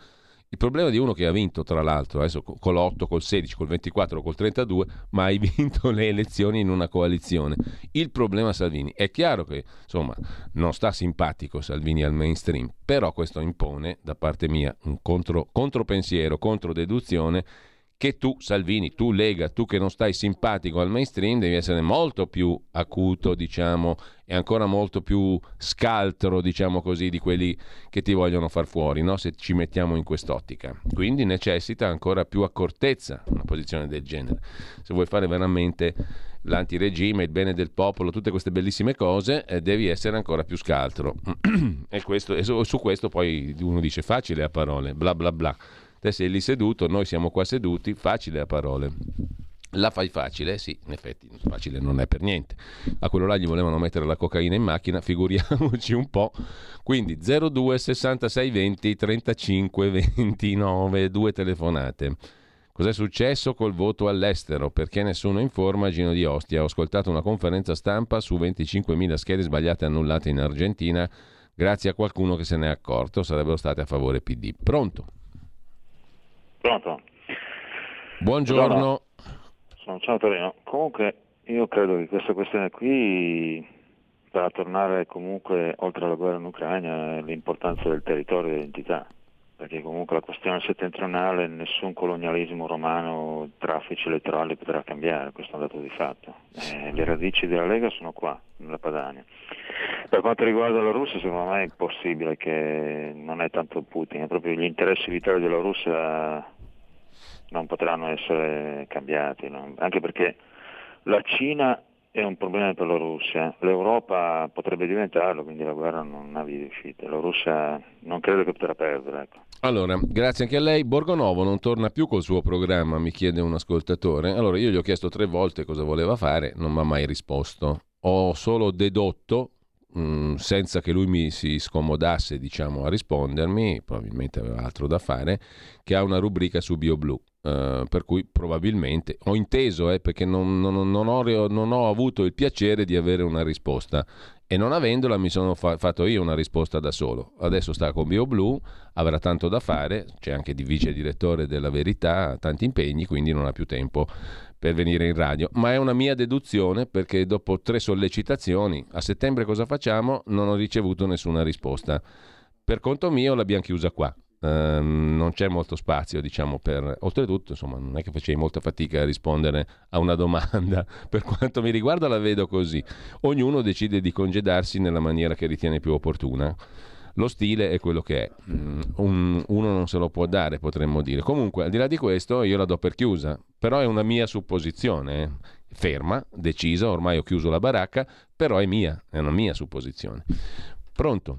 il problema di uno che ha vinto, tra l'altro, adesso con l'8, col 16, col 24, col 32, ma hai vinto le elezioni in una coalizione. Il problema Salvini. È chiaro che, insomma, non sta simpatico Salvini al mainstream, però questo impone, da parte mia, un contropensiero, controdeduzione, che tu, Salvini, tu Lega, tu che non stai simpatico al mainstream, devi essere molto più acuto, diciamo, e ancora molto più scaltro, diciamo così, di quelli che ti vogliono far fuori, no? Se ci mettiamo in quest'ottica. Quindi necessita ancora più accortezza una posizione del genere. Se vuoi fare veramente l'antiregime, il bene del popolo, tutte queste bellissime cose, devi essere ancora più scaltro. E su questo poi uno dice facile a parole, bla bla bla. Te sei lì seduto, noi siamo qua seduti, facile a parole. La fai facile? Sì, in effetti facile non è per niente. A quello là gli volevano mettere la cocaina in macchina, figuriamoci un po'. Quindi 02 66 20 35 29, 2 telefonate. Cos'è successo col voto all'estero? Perché nessuno informa? Gino di Ostia. Ho ascoltato una conferenza stampa su 25.000 schede sbagliate annullate in Argentina, grazie a qualcuno che se n'è accorto, sarebbero state a favore PD. Pronto? Pronto? Buongiorno. Ciao Torino. Comunque io credo che questa questione qui, per tornare comunque oltre alla guerra in Ucraina, è l'importanza del territorio e dell'identità, perché comunque la questione settentrionale, nessun colonialismo romano, traffici elettorali potrà cambiare, questo è un dato di fatto. Le radici della Lega sono qua, nella Padania. Per quanto riguarda la Russia, secondo me è impossibile, che non è tanto Putin, è proprio gli interessi vitali della Russia non potranno essere cambiati, no? Anche perché la Cina è un problema per la Russia, l'Europa potrebbe diventarlo, quindi la guerra non ha via di uscita, la Russia non credo che potrà perdere. Ecco. Allora, grazie anche a lei. Borgonovo non torna più col suo programma, mi chiede un ascoltatore. Allora, io gli ho chiesto 3 volte cosa voleva fare, non mi ha mai risposto. Ho solo dedotto, senza che lui mi si scomodasse, diciamo, a rispondermi, probabilmente aveva altro da fare, che ha una rubrica su BioBlue. Per cui probabilmente ho inteso, perché non ho avuto il piacere di avere una risposta, e non avendola mi sono fatto io una risposta da solo. Adesso sta con BioBlue, avrà tanto da fare, c'è anche di vice direttore della Verità, tanti impegni, quindi non ha più tempo per venire in radio, ma è una mia deduzione, perché dopo 3 sollecitazioni, a settembre cosa facciamo? Non ho ricevuto nessuna risposta. Per conto mio l'abbiamo chiusa qua. Non c'è molto spazio, diciamo, per... Oltretutto, insomma, non è che facevi molta fatica a rispondere a una domanda. Per quanto mi riguarda la vedo così. Ognuno decide di congedarsi nella maniera che ritiene più opportuna. Lo stile è quello che è. Uno non se lo può dare, potremmo dire. Comunque, al di là di questo, io la do per chiusa. Però è una mia supposizione, ferma, decisa, ormai ho chiuso la baracca, però è mia, è una mia supposizione. Pronto?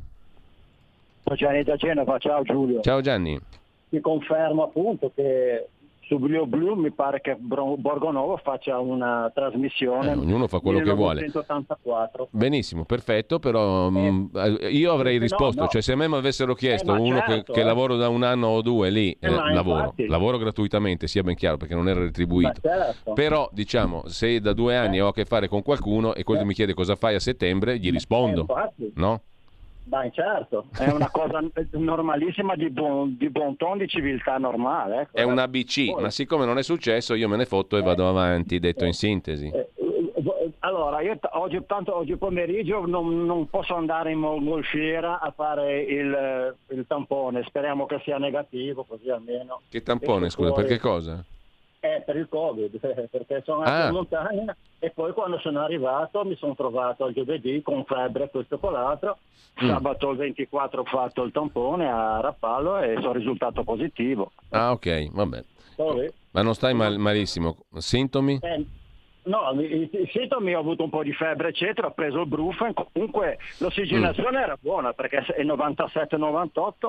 Gianni da Genova, ciao Giulio. Ciao Gianni. Ti confermo appunto che su BioBlue mi pare che Borgonovo faccia una trasmissione. Ognuno fa quello che vuole. 1984. Benissimo, perfetto, però io avrei risposto, no. Cioè se a me mi avessero chiesto uno certo, che lavoro da 1 anno o 2 lì, infatti. lavoro gratuitamente, sia ben chiaro, perché non era retribuito. Certo. Però diciamo, se da 2 anni ho a che fare con qualcuno e quello mi chiede cosa fai a settembre, gli rispondo, no? Beh, certo, è una cosa normalissima di buon ton, di civiltà normale. Ecco. È un ABC, ma siccome non è successo io me ne fotto e vado avanti, detto in sintesi. Allora, io oggi pomeriggio non posso andare in mongolfiera a fare il tampone, speriamo che sia negativo, così almeno. Che tampone, scusa, per che cosa? Per il Covid, perché sono andato in montagna e poi quando sono arrivato mi sono trovato il giovedì con febbre, questo con l'altro. Sabato il 24 ho fatto il tampone a Rapallo e sono risultato positivo. Ah, ok, vabbè. Ma non stai malissimo? Sintomi? No, i sintomi, ho avuto un po' di febbre eccetera, ho preso il Brufen, comunque l'ossigenazione era buona perché è 97-98.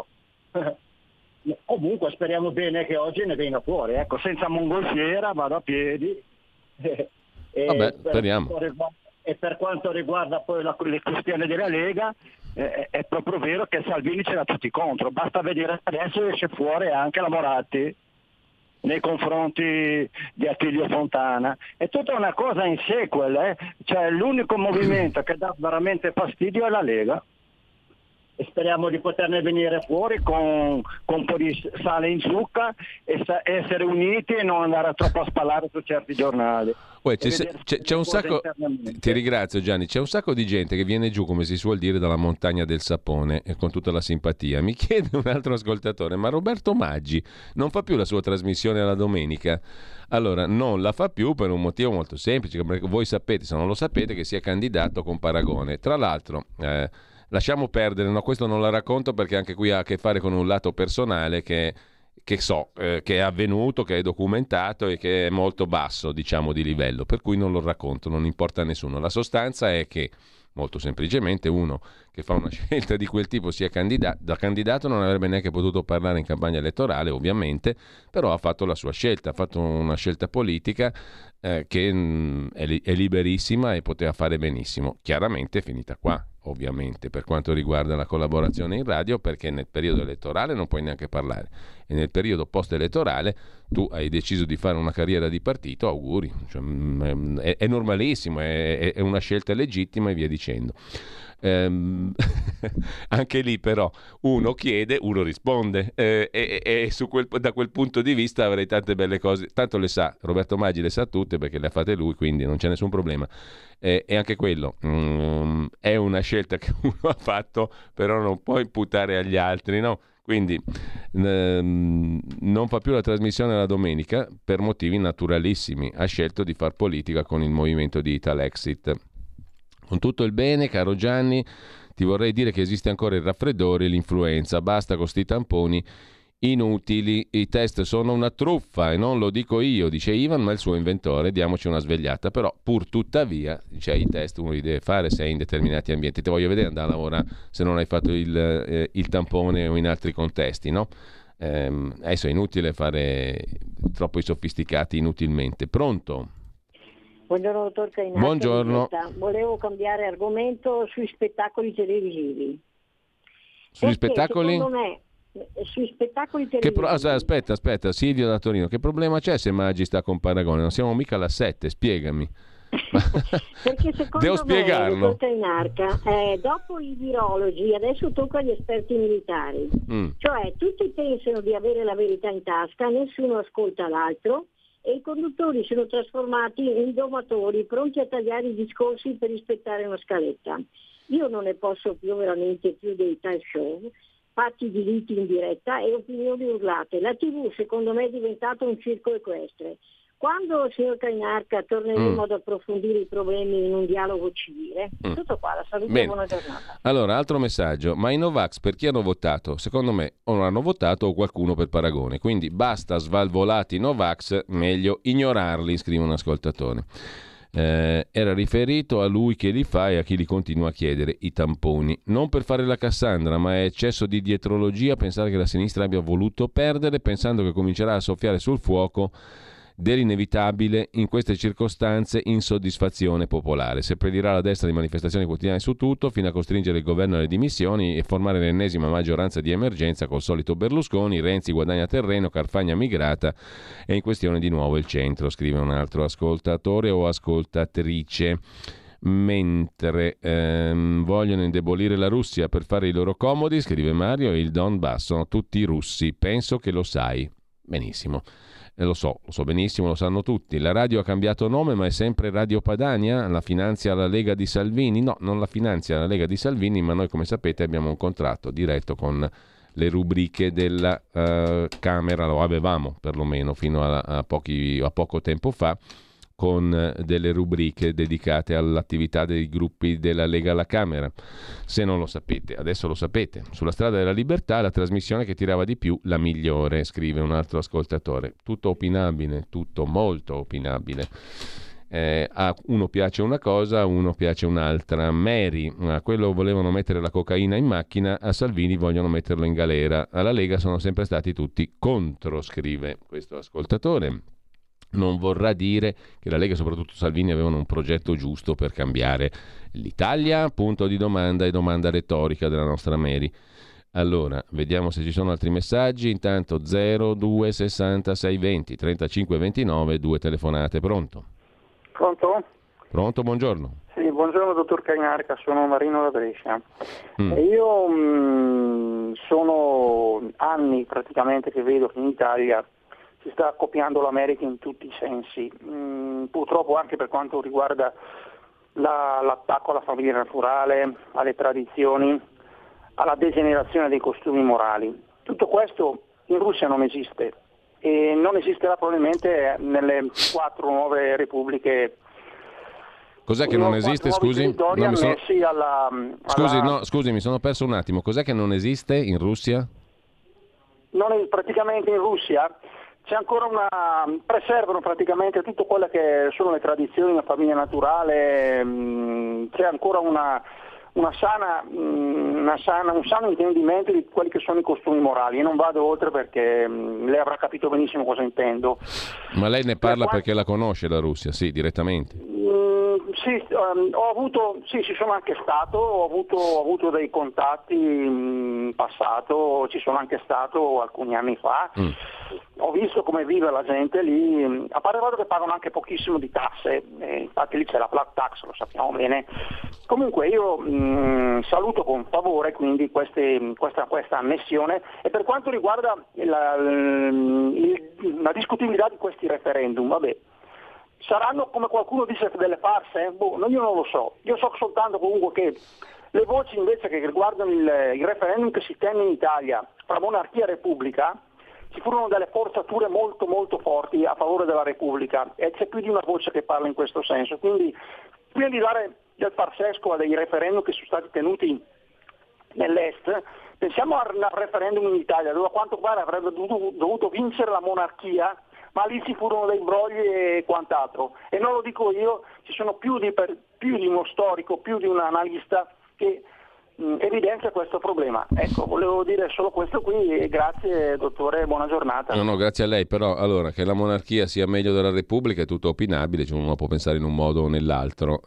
Comunque speriamo bene che oggi ne venga fuori, ecco, senza mongolfiera, vado a piedi. Vabbè, speriamo. E per quanto riguarda poi le questioni della Lega, è proprio vero che Salvini ce l'ha tutti contro, basta vedere adesso esce fuori anche la Moratti nei confronti di Attilio Fontana. È tutta una cosa in sequel, cioè l'unico movimento che dà veramente fastidio è la Lega. E speriamo di poterne venire fuori con un po' di sale in zucca e essere uniti e non andare troppo a spallare su certi giornali. C'è un sacco, ti ringrazio Gianni, c'è un sacco di gente che viene giù, come si suol dire, dalla montagna del sapone, e con tutta la simpatia. Mi chiede un altro ascoltatore, ma Roberto Maggi non fa più la sua trasmissione alla domenica? Allora, non la fa più per un motivo molto semplice, perché voi sapete, se non lo sapete, che si è candidato con Paragone. Tra l'altro... lasciamo perdere, no, questo non la racconto perché anche qui ha a che fare con un lato personale che so, che è avvenuto, che è documentato e che è molto basso, diciamo, di livello, per cui non lo racconto, non importa a nessuno. La sostanza è che, molto semplicemente, uno che fa una scelta di quel tipo sia da candidato non avrebbe neanche potuto parlare in campagna elettorale, ovviamente, però ha fatto la sua scelta, ha fatto una scelta politica che è liberissima e poteva fare benissimo. Chiaramente è finita qua, ovviamente, per quanto riguarda la collaborazione in radio, perché nel periodo elettorale non puoi neanche parlare e nel periodo post-elettorale tu hai deciso di fare una carriera di partito, auguri, cioè, è normalissimo, è una scelta legittima e via dicendo. Anche lì però uno chiede, uno risponde, e da quel punto di vista avrei tante belle cose, tanto le sa, Roberto Maggi le sa tutte perché le ha fatte lui, quindi non c'è nessun problema. E anche quello è una scelta che uno ha fatto, però non può imputare agli altri, no? Quindi non fa più la trasmissione la domenica per motivi naturalissimi, ha scelto di far politica con il movimento di Italexit. Con tutto il bene, caro Gianni, ti vorrei dire che esiste ancora il raffreddore e l'influenza, basta con sti tamponi inutili, i test sono una truffa e non lo dico io, dice Ivan, ma il suo inventore, diamoci una svegliata. Però pur tuttavia, cioè, i test uno li deve fare se è in determinati ambienti. Ti voglio vedere andare a lavorare se non hai fatto il tampone o in altri contesti, no? Adesso è inutile fare troppo i sofisticati inutilmente. Pronto? Buongiorno dottor Cainarca. Buongiorno. Volevo cambiare argomento sui spettacoli televisivi. Sugli spettacoli? Secondo me sui spettacoli televisivi. Aspetta, Silvio da Torino, che problema c'è se Maggi sta con Paragone? Non siamo mica alla 7, spiegami. Perché secondo Devo spiegarlo. dottor Cainarca, dopo i virologi adesso tocca agli esperti militari. Cioè tutti pensano di avere la verità in tasca, nessuno ascolta l'altro e i conduttori sono trasformati in domatori pronti a tagliare i discorsi per rispettare una scaletta. Io non ne posso veramente più dei talk show, fatti di liti in diretta e opinioni urlate. La TV secondo me è diventato un circo equestre. Quando, signor Cainarca, torneremo ad approfondire i problemi in un dialogo civile? Tutto qua, la salute e buona giornata. Allora, altro messaggio, ma i Novax per chi hanno votato? Secondo me o non hanno votato o qualcuno per Paragone, quindi basta svalvolati Novax, meglio ignorarli, scrive un ascoltatore. Era riferito a lui che li fa e a chi li continua a chiedere i tamponi. Non per fare la Cassandra, ma è eccesso di dietrologia pensare che la sinistra abbia voluto perdere, pensando che comincerà a soffiare sul fuoco dell'inevitabile in queste circostanze insoddisfazione popolare. Seppellirà la destra di manifestazioni quotidiane su tutto fino a costringere il governo alle dimissioni e formare l'ennesima maggioranza di emergenza col solito Berlusconi. Renzi guadagna terreno, Carfagna migrata e in questione di nuovo il centro, scrive un altro ascoltatore o ascoltatrice. Mentre vogliono indebolire la Russia per fare i loro comodi, scrive Mario, il Donbass sono tutti russi, penso che lo sai benissimo. Lo so benissimo, lo sanno tutti. La radio ha cambiato nome, ma è sempre Radio Padania? La finanzia la Lega di Salvini? No, non la finanzia la Lega di Salvini, ma noi, come sapete, abbiamo un contratto diretto con le rubriche della Camera, lo avevamo perlomeno fino a poco tempo fa, con delle rubriche dedicate all'attività dei gruppi della Lega alla Camera. Se non lo sapete, adesso lo sapete. Sulla strada della libertà, la trasmissione che tirava di più, la migliore, scrive un altro ascoltatore. Tutto opinabile, tutto molto opinabile. A uno piace una cosa, a uno piace un'altra. Mary, a quello volevano mettere la cocaina in macchina, a Salvini vogliono metterlo in galera. Alla Lega sono sempre stati tutti contro, scrive questo ascoltatore. Non vorrà dire che la Lega e soprattutto Salvini avevano un progetto giusto per cambiare l'Italia? Punto di domanda e domanda retorica della nostra Mary. Allora, vediamo se ci sono altri messaggi. Intanto 02 66 20 35 29, 2 telefonate. Pronto? Pronto, buongiorno. Sì, buongiorno dottor Cainarca, sono Marino da Brescia. E io sono anni praticamente che vedo che in Italia si sta copiando l'America in tutti i sensi, purtroppo anche per quanto riguarda l'attacco alla famiglia naturale, alle tradizioni, alla degenerazione dei costumi morali. Tutto questo in Russia non esiste e non esisterà probabilmente nelle 4 nuove repubbliche. Cos'è che non esiste, scusi? Scusi, mi sono perso un attimo. Cos'è che non esiste in Russia? Praticamente in Russia c'è ancora preservano praticamente tutto quello che sono le tradizioni, la famiglia naturale, c'è ancora un sano intendimento di quelli che sono i costumi morali. Io non vado oltre perché lei avrà capito benissimo cosa intendo. Ma lei ne parla perché la conosce la Russia, sì, direttamente? Ci sono anche stato, ho avuto dei contatti in passato, ci sono anche stato alcuni anni fa. ho visto come vive la gente lì, a parte il fatto che pagano anche pochissimo di tasse, infatti lì c'è la flat tax, lo sappiamo bene. Comunque io saluto con favore quindi questa annessione, e per quanto riguarda la discutibilità di questi referendum, vabbè, saranno, come qualcuno dice, delle farse? Io non lo so, io so soltanto comunque che le voci invece che riguardano il referendum che si tenne in Italia tra monarchia e repubblica, ci furono delle forzature molto molto forti a favore della repubblica, e c'è più di una voce che parla in questo senso, quindi prima di dare del parsesco a dei referendum che sono stati tenuti nell'est, pensiamo al referendum in Italia, dove a quanto pare avrebbe dovuto vincere la monarchia, ma lì ci furono dei brogli e quant'altro, e non lo dico io, ci sono più di uno storico, più di un analista che evidenzia questo problema. Ecco, volevo dire solo questo qui, e grazie dottore, buona giornata. No, grazie a lei, però allora che la monarchia sia meglio della repubblica è tutto opinabile, cioè uno può pensare in un modo o nell'altro.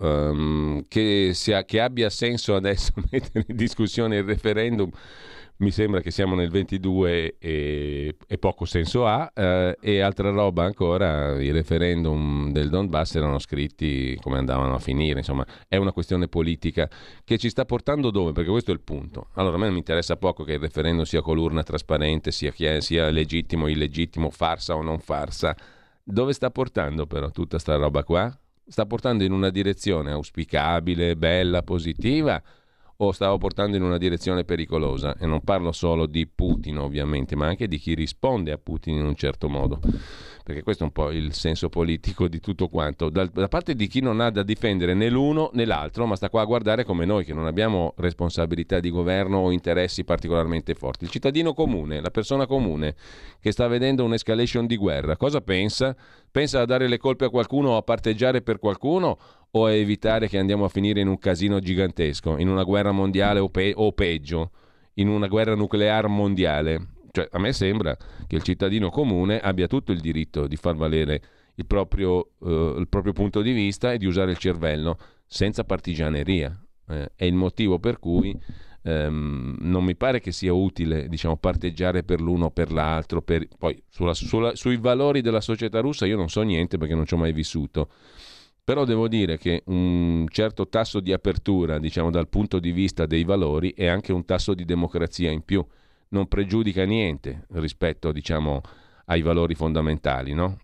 Che abbia senso adesso mettere in discussione il referendum, mi sembra che siamo nel 22 e poco senso ha, e altra roba ancora, i referendum del Donbass erano scritti come andavano a finire, insomma è una questione politica che ci sta portando dove? Perché questo è il punto. Allora a me non mi interessa poco che il referendum sia con l'urna trasparente, sia legittimo o illegittimo, farsa o non farsa. Dove sta portando però tutta sta roba qua? Sta portando in una direzione auspicabile, bella, positiva, o stavo portando in una direzione pericolosa? E non parlo solo di Putin ovviamente, ma anche di chi risponde a Putin in un certo modo, perché questo è un po' il senso politico di tutto quanto, da parte di chi non ha da difendere né l'uno né l'altro, ma sta qua a guardare come noi che non abbiamo responsabilità di governo o interessi particolarmente forti. Il cittadino comune, la persona comune che sta vedendo un'escalation di guerra, cosa pensa? Pensa a dare le colpe a qualcuno o a parteggiare per qualcuno, o a evitare che andiamo a finire in un casino gigantesco, in una guerra mondiale o peggio, in una guerra nucleare mondiale? Cioè, a me sembra che il cittadino comune abbia tutto il diritto di far valere il proprio punto di vista e di usare il cervello senza partigianeria. È il motivo per cui non mi pare che sia utile, diciamo, parteggiare per l'uno o per l'altro. Poi sui valori della società russa io non so niente perché non ci ho mai vissuto. Però devo dire che un certo tasso di apertura, diciamo, dal punto di vista dei valori è anche un tasso di democrazia in più. Non pregiudica niente rispetto, diciamo, ai valori fondamentali, no?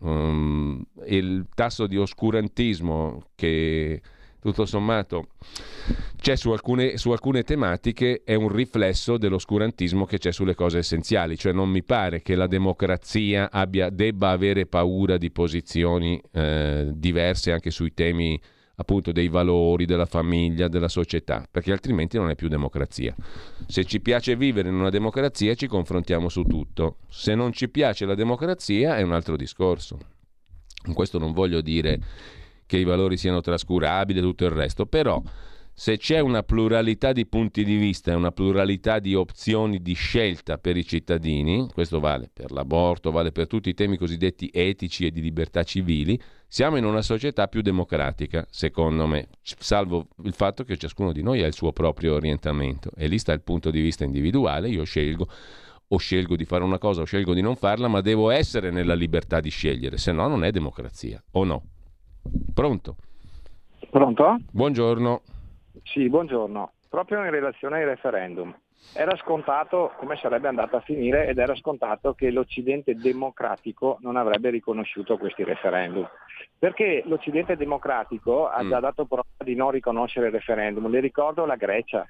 Il tasso di oscurantismo che tutto sommato c'è su alcune tematiche è un riflesso dell'oscurantismo che c'è sulle cose essenziali, cioè non mi pare che la democrazia debba avere paura di posizioni diverse anche sui temi appunto dei valori, della famiglia, della società, perché altrimenti non è più democrazia. Se ci piace vivere in una democrazia ci confrontiamo su tutto, se non ci piace la democrazia è un altro discorso. In questo non voglio dire che i valori siano trascurabili e tutto il resto, però se c'è una pluralità di punti di vista e una pluralità di opzioni di scelta per i cittadini, questo vale per l'aborto, vale per tutti i temi cosiddetti etici e di libertà civili, siamo in una società più democratica, secondo me, salvo il fatto che ciascuno di noi ha il suo proprio orientamento e lì sta il punto di vista individuale. Io scelgo di fare una cosa o scelgo di non farla, ma devo essere nella libertà di scegliere, se no non è democrazia, o no? Pronto? Pronto? Buongiorno. Sì, buongiorno. Proprio in relazione ai referendum. Era scontato come sarebbe andata a finire ed era scontato che l'Occidente democratico non avrebbe riconosciuto questi referendum. Perché l'Occidente democratico ha già dato prova di non riconoscere il referendum. Le ricordo la Grecia,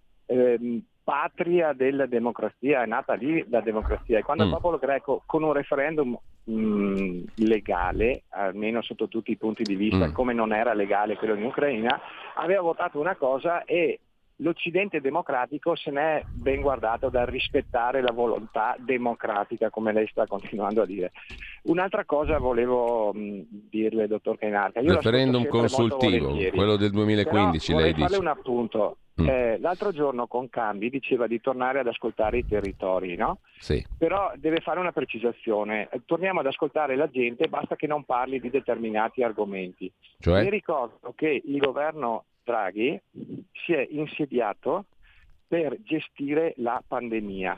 patria della democrazia, è nata lì la democrazia. E quando il popolo greco con un referendum legale, almeno sotto tutti i punti di vista, come non era legale quello in Ucraina, aveva votato una cosa e l'Occidente democratico se n'è ben guardato dal rispettare la volontà democratica, come lei sta continuando a dire. Un'altra cosa volevo dirle, dottor Cainarca. Il referendum consultivo, quello del 2015, però lei dice. Vorrei farle un appunto. L'altro giorno con Cambi diceva di tornare ad ascoltare i territori, no? Sì. Però deve fare una precisazione. Torniamo ad ascoltare la gente, basta che non parli di determinati argomenti. Cioè? Vi ricordo che il governo Draghi si è insediato per gestire la pandemia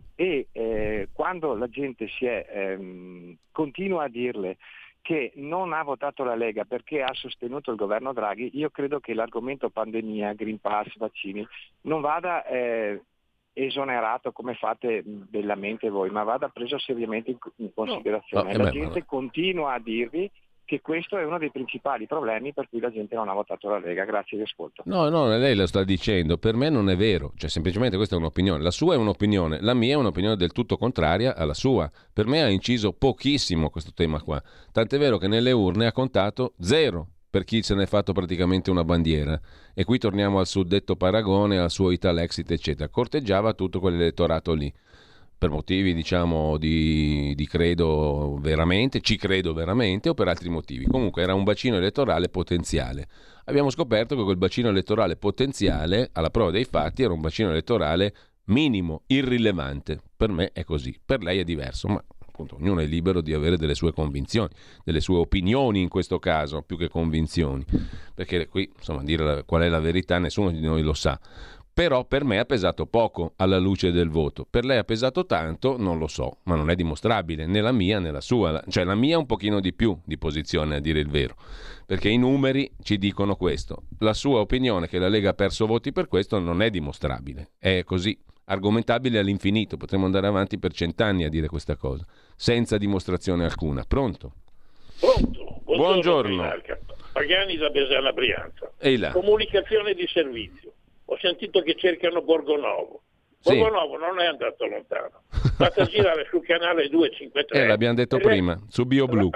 e quando la gente continua a dirle che non ha votato la Lega perché ha sostenuto il governo Draghi, io credo che l'argomento pandemia, Green Pass, vaccini non vada esonerato come fate bellamente voi, ma vada preso seriamente in considerazione. La gente continua a dirvi che questo è uno dei principali problemi per cui la gente non ha votato la Lega. Grazie, vi ascolto. No, lei lo sta dicendo, per me non è vero, cioè semplicemente questa è un'opinione, la sua è un'opinione, la mia è un'opinione del tutto contraria alla sua. Per me ha inciso pochissimo questo tema qua, tant'è vero che nelle urne ha contato 0 per chi se n'è fatto praticamente una bandiera, e qui torniamo al suddetto paragone, al suo Italexit eccetera, corteggiava tutto quell'elettorato lì. Per motivi diciamo di credo veramente, ci credo veramente, o per altri motivi. Comunque era un bacino elettorale potenziale. Abbiamo scoperto che quel bacino elettorale potenziale, alla prova dei fatti, era un bacino elettorale minimo, irrilevante. Per me è così, per lei è diverso, ma appunto ognuno è libero di avere delle sue convinzioni, delle sue opinioni in questo caso, più che convinzioni. Perché qui, insomma, dire qual è la verità nessuno di noi lo sa. Però per me ha pesato poco alla luce del voto. Per lei ha pesato tanto, non lo so, ma non è dimostrabile, né la mia né la sua. Cioè la mia un pochino di più di posizione, a dire il vero, perché i numeri ci dicono questo. La sua opinione che la Lega ha perso voti per questo non è dimostrabile, è così, argomentabile all'infinito. Potremmo andare avanti per 100 anni a dire questa cosa, senza dimostrazione alcuna. Pronto? Pronto. Buongiorno. Pagani da Besana Brianza. Ehi là. Comunicazione di servizio. Ho sentito che cercano Borgonovo. Borgonovo non è andato lontano. Fate girare sul canale 253. L'abbiamo detto prima, su BioBlu.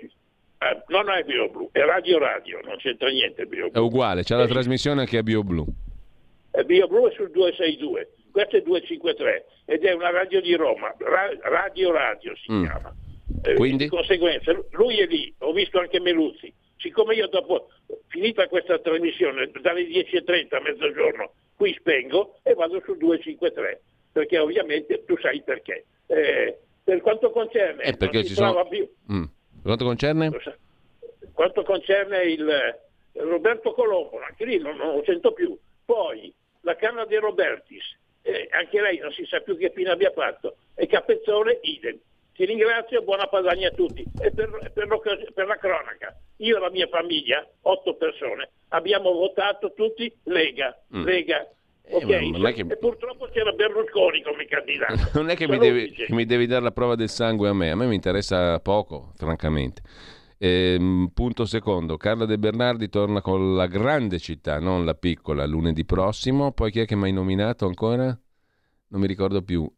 Non è BioBlu, è Radio, non c'entra niente BioBlu. È uguale, c'è la trasmissione anche a BioBlu. BioBlu è sul 262, questo è 253 ed è una radio di Roma, Radio si chiama. Quindi? Di conseguenza, lui è lì, ho visto anche Meluzzi. Siccome io dopo, finita questa trasmissione, dalle 10:30 a mezzogiorno, qui spengo e vado sul 253, perché ovviamente tu sai perché. Per quanto concerne... perché ci sono... Per quanto concerne? Quanto concerne il Roberto Colombo, anche lì non lo sento più. Poi la Carla De Robertis, anche lei non si sa più che fine abbia fatto, e Capezzone idem. Ti ringrazio, buona Padania a tutti. E per la cronaca, io e la mia famiglia, 8 persone, abbiamo votato tutti Lega. Ok, e purtroppo c'era Berlusconi come candidato. Non è che mi devi dare la prova del sangue a me mi interessa poco, francamente. Punto secondo, Carla De Bernardi torna con la grande città, non la piccola, lunedì prossimo. Poi chi è che mi hai nominato ancora? Non mi ricordo più.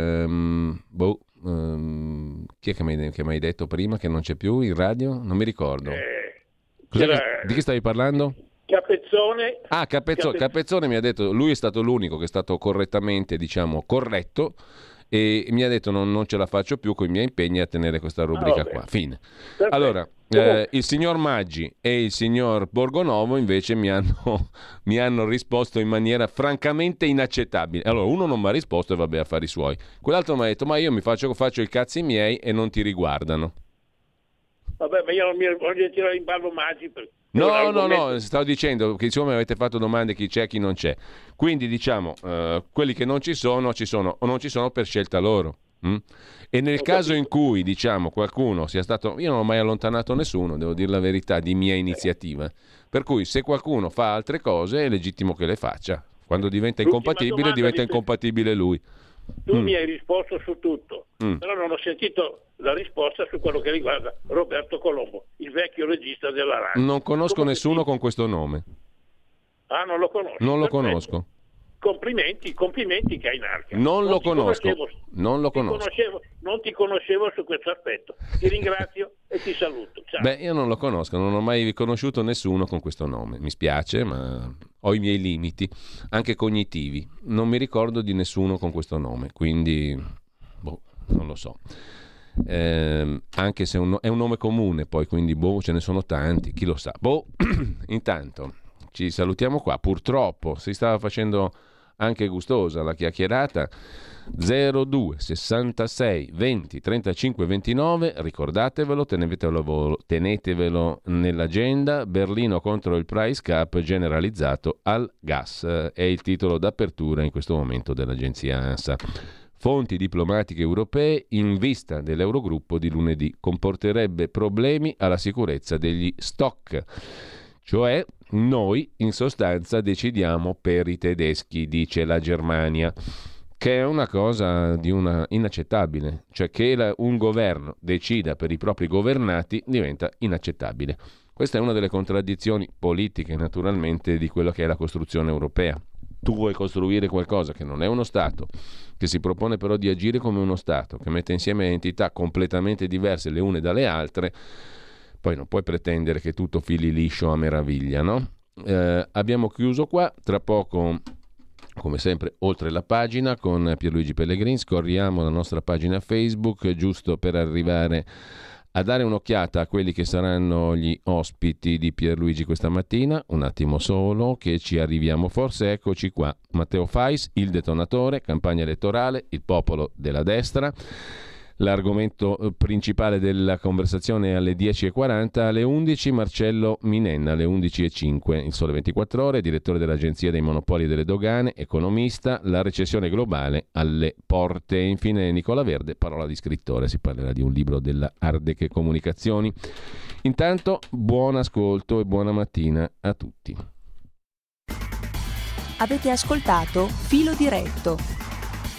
Chi è che mi hai detto prima che non c'è più in radio? Non mi ricordo. Di chi stavi parlando? Capezzone. Capezzone mi ha detto, lui è stato l'unico che è stato correttamente, corretto, e mi ha detto non ce la faccio più con i miei impegni a tenere questa rubrica qua. Fine. Perfetto. Allora, il signor Maggi e il signor Borgonovo invece mi hanno risposto in maniera francamente inaccettabile. Allora, uno non mi ha risposto e vabbè, affari suoi. Quell'altro mi ha detto, ma io mi faccio i cazzi miei e non ti riguardano. Vabbè, ma io non mi voglio tirare in ballo Maggi per... No, stavo dicendo che insomma avete fatto domande chi c'è e chi non c'è. Quindi diciamo, quelli che non ci sono o non ci sono per scelta loro. E nel caso in cui diciamo qualcuno sia stato, io non ho mai allontanato nessuno, devo dire la verità, di mia iniziativa, per cui se qualcuno fa altre cose è legittimo che le faccia. Quando diventa incompatibile diventa incompatibile lui. Tu mi hai risposto su tutto, però non ho sentito la risposta su quello che riguarda Roberto Colombo, il vecchio regista della RAI. Non conosco nessuno con questo nome. Ah, non lo conosco? Non lo conosco. Complimenti che hai in arca. Non lo conosco. Non ti conoscevo su questo aspetto. Ti ringrazio e ti saluto. Ciao. Io non lo conosco, non ho mai conosciuto nessuno con questo nome. Mi spiace, ma ho i miei limiti, anche cognitivi. Non mi ricordo di nessuno con questo nome, quindi non lo so. Anche se è un nome comune, poi quindi ce ne sono tanti, chi lo sa. Intanto ci salutiamo qua. Purtroppo si stava facendo anche gustosa la chiacchierata. 02 66 20 35 29, ricordatevelo, tenetevelo nell'agenda. Berlino contro il price cap generalizzato al gas è il titolo d'apertura in questo momento dell'agenzia ANSA. Fonti diplomatiche europee: in vista dell'Eurogruppo di lunedì comporterebbe problemi alla sicurezza degli stock, cioè noi in sostanza decidiamo per i tedeschi, dice la Germania, che è una cosa inaccettabile, cioè che un governo decida per i propri governati diventa inaccettabile. Questa è una delle contraddizioni politiche, naturalmente, di quello che è la costruzione europea. Tu vuoi costruire qualcosa che non è uno Stato, che si propone però di agire come uno Stato, che mette insieme entità completamente diverse le une dalle altre, poi non puoi pretendere che tutto fili liscio a meraviglia, no? Abbiamo chiuso qua, tra poco, come sempre, oltre la pagina con Pierluigi Pellegrini. Scorriamo la nostra pagina Facebook giusto per arrivare a dare un'occhiata a quelli che saranno gli ospiti di Pierluigi questa mattina. Un attimo solo che ci arriviamo, forse eccoci qua. Matteo Fais, il detonatore, campagna elettorale, il popolo della destra. L'argomento principale della conversazione è alle 10.40, alle 11 Marcello Minenna, alle 11.05 il Sole 24 Ore, direttore dell'Agenzia dei Monopoli e delle Dogane, economista, la recessione globale alle porte. E infine Nicola Verde, parola di scrittore, si parlerà di un libro della Ardec Comunicazioni. Intanto buon ascolto e buona mattina a tutti. Avete ascoltato Filo Diretto.